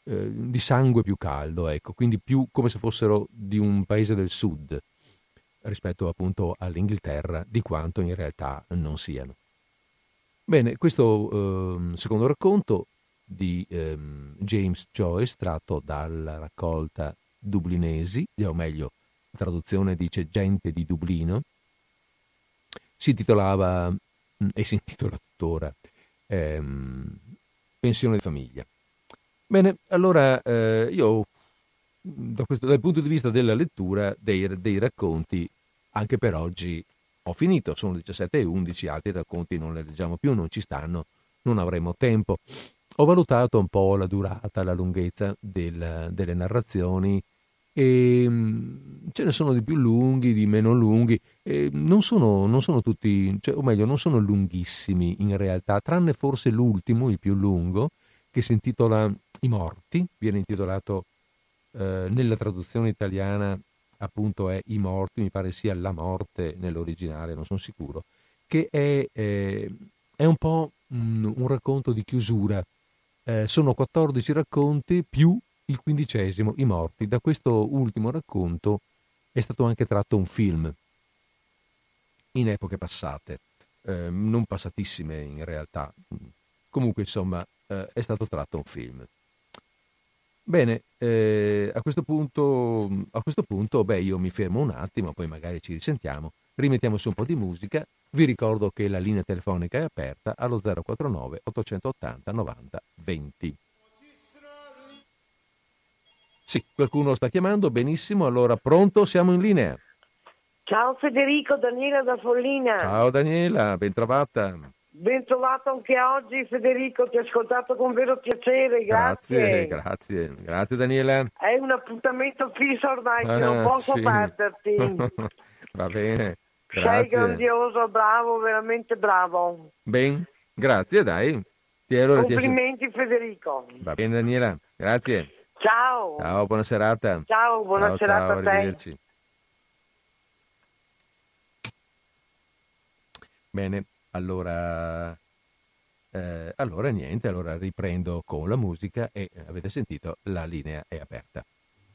eh, di sangue più caldo, ecco, quindi più come se fossero di un paese del sud rispetto appunto all'Inghilterra, di quanto in realtà non siano. Bene, questo eh, secondo racconto di eh, James Joyce, tratto dalla raccolta Dublinesi, o meglio, la traduzione dice Gente di Dublino, si intitolava, e si intitola tuttora, ehm, Pensione di famiglia. Bene, allora eh, io da questo, dal punto di vista della lettura dei, dei racconti, anche per oggi ho finito, sono diciassette e undici, altri racconti non li leggiamo più, non ci stanno, non avremo tempo. Ho valutato un po' la durata, la lunghezza del, delle narrazioni, e mh, ce ne sono di più lunghi, di meno lunghi, e non sono, non sono tutti, cioè, o meglio, non sono lunghissimi in realtà, tranne forse l'ultimo, il più lungo, che si intitola I morti, viene intitolato eh, nella traduzione italiana appunto è I morti, mi pare sia La morte nell'originale, non sono sicuro, che è, eh, è un po' un, un racconto di chiusura. Eh, sono quattordici racconti più il quindicesimo, I morti. Da questo ultimo racconto è stato anche tratto un film in epoche passate, eh, non passatissime in realtà. Comunque, insomma, eh, è stato tratto un film. Bene, eh, a questo punto, a questo punto, beh, io mi fermo un attimo, poi magari ci risentiamo, rimettiamo su un po' di musica. Vi ricordo che la linea telefonica è aperta allo zero quattro nove ottocentottanta novanta venti. Sì, qualcuno sta chiamando, benissimo, allora pronto, siamo in linea. Ciao Federico, Daniela da Follina. Ciao Daniela, ben trovata. Ben trovato anche oggi Federico, ti ho ascoltato con vero piacere, grazie. Grazie, grazie, grazie Daniela. È un appuntamento fisso ormai, che Ah, non posso sì. perderti. Va bene, Sei grazie. grandioso, bravo, veramente bravo. Ben, grazie, dai. Ti allora ti- Complimenti Federico. Va bene Daniela, grazie. Ciao. Ciao, buona serata. Ciao, buona Ciao, serata ciao, a te. arrivederci. Bene, allora, eh, allora niente, allora riprendo con la musica e eh, avete sentito, la linea è aperta.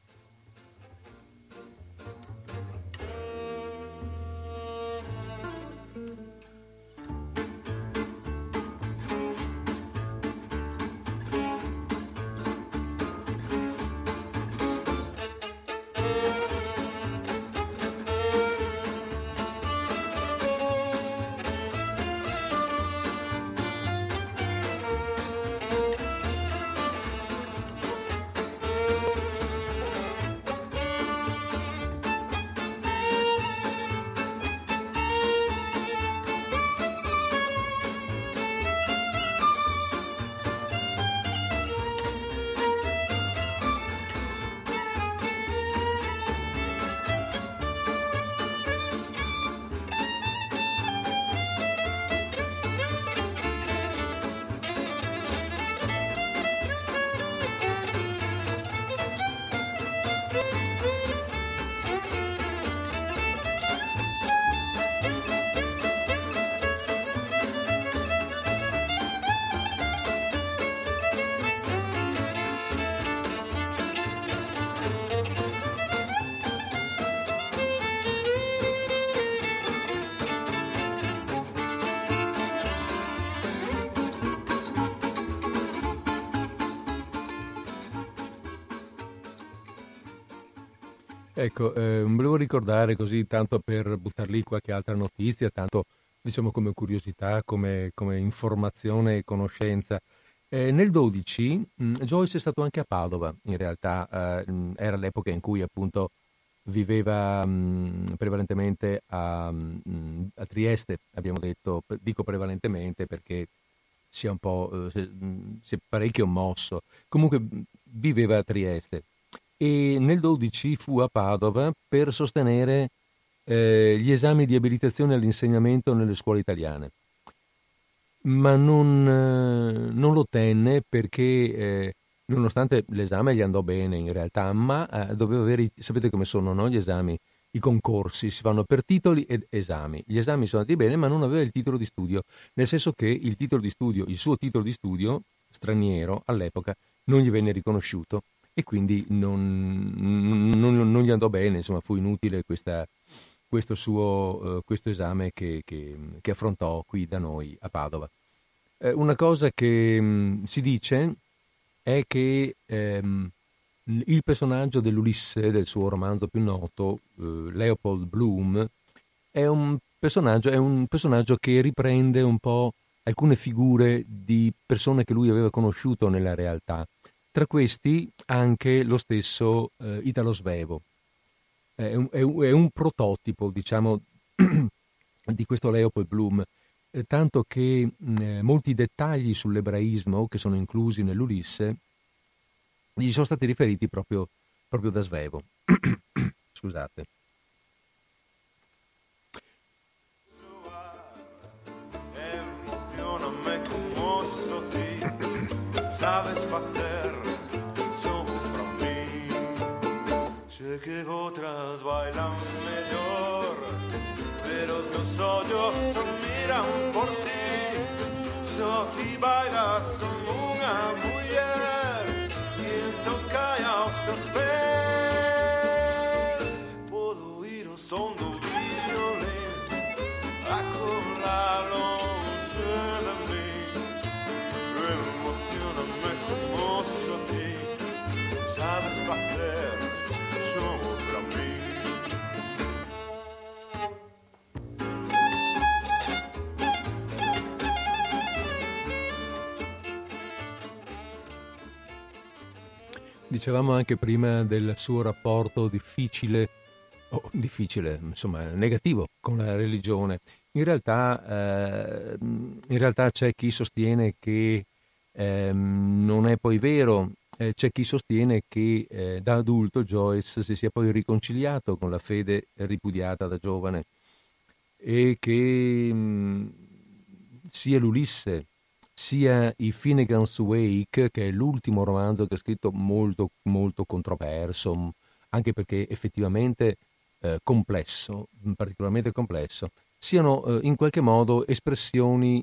Ecco, eh, volevo ricordare così, tanto per buttar lì qualche altra notizia, tanto diciamo come curiosità, come, come informazione e conoscenza. Eh, nel dodici mh, Joyce è stato anche a Padova, in realtà eh, mh, era l'epoca in cui appunto viveva mh, prevalentemente a, mh, a Trieste, abbiamo detto, dico prevalentemente perché si è un po', eh, si è parecchio mosso, comunque viveva a Trieste. E nel dodici fu a Padova per sostenere eh, gli esami di abilitazione all'insegnamento nelle scuole italiane, ma non, eh, non lo ottenne perché eh, nonostante l'esame gli andò bene in realtà, ma eh, doveva avere, i- sapete come sono, no? Gli esami, i concorsi si fanno per titoli ed esami. Gli esami sono andati bene, ma non aveva il titolo di studio, nel senso che il titolo di studio, il suo titolo di studio straniero all'epoca non gli venne riconosciuto e quindi non, non, non gli andò bene, insomma fu inutile questa, questo suo uh, questo esame che, che, che affrontò qui da noi a Padova. Eh, una cosa che mh, si dice è che ehm, il personaggio dell'Ulisse, del suo romanzo più noto, eh, Leopold Bloom, è un personaggio, è un personaggio che riprende un po' alcune figure di persone che lui aveva conosciuto nella realtà. Tra questi anche lo stesso eh, Italo Svevo. È un, è, un, è un prototipo, diciamo, di questo Leopold Bloom, eh, tanto che eh, molti dettagli sull'ebraismo che sono inclusi nell'Ulisse gli sono stati riferiti proprio, proprio da Svevo. Scusate. Sabes facer sobre mí, sé que otras bailan mejor, pero los ojos miran por ti, so ti bailas como una mujer y toca aos teus pés, puedo oír o som do violín a colar longe de mí, emocioname como a ti, sabes facer sobre mí. Dicevamo anche prima del suo rapporto difficile, o oh, difficile, insomma, negativo con la religione. In realtà, eh, in realtà c'è chi sostiene che eh, non è poi vero, eh, c'è chi sostiene che eh, da adulto Joyce si sia poi riconciliato con la fede ripudiata da giovane e che mh, sia l'Ulisse sia i Finnegan's Wake, che è l'ultimo romanzo che ha scritto, molto molto controverso, anche perché effettivamente eh, complesso, particolarmente complesso, siano eh, in qualche modo espressioni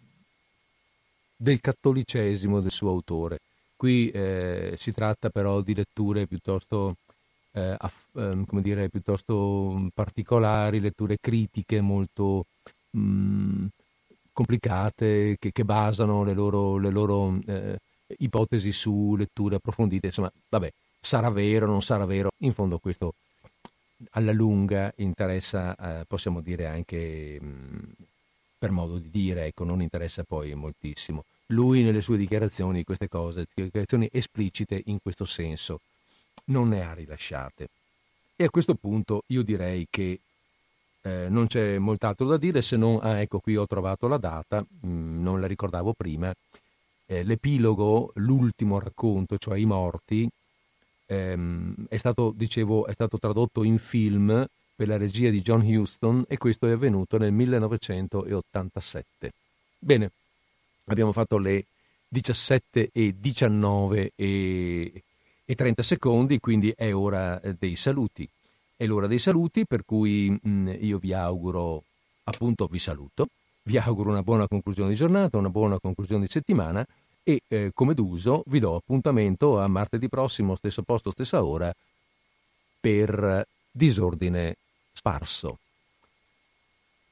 del cattolicesimo del suo autore. Qui eh, si tratta però di letture piuttosto eh, aff, eh, come dire, piuttosto particolari, letture critiche molto mh, complicate che, che basano le loro, le loro eh, ipotesi su letture approfondite. Insomma, vabbè, sarà vero, non sarà vero, in fondo questo alla lunga interessa, eh, possiamo dire anche mh, per modo di dire, ecco, non interessa poi moltissimo. Lui nelle sue dichiarazioni queste cose, dichiarazioni esplicite in questo senso, non ne ha rilasciate. E a questo punto io direi che Eh, non c'è molt'altro da dire, se non, ah, ecco, qui ho trovato la data, mh, non la ricordavo prima, eh, l'epilogo, l'ultimo racconto, cioè I Morti, ehm, è stato, dicevo, è stato tradotto in film per la regia di John Huston e questo è avvenuto nel millenovecentottantasette. Bene, abbiamo fatto le diciassette e diciannove e, e trenta secondi, quindi è ora dei saluti. È l'ora dei saluti, per cui mh, io vi auguro, appunto vi saluto, vi auguro una buona conclusione di giornata, una buona conclusione di settimana e eh, come d'uso vi do appuntamento a martedì prossimo, stesso posto, stessa ora, per Disordine Sparso.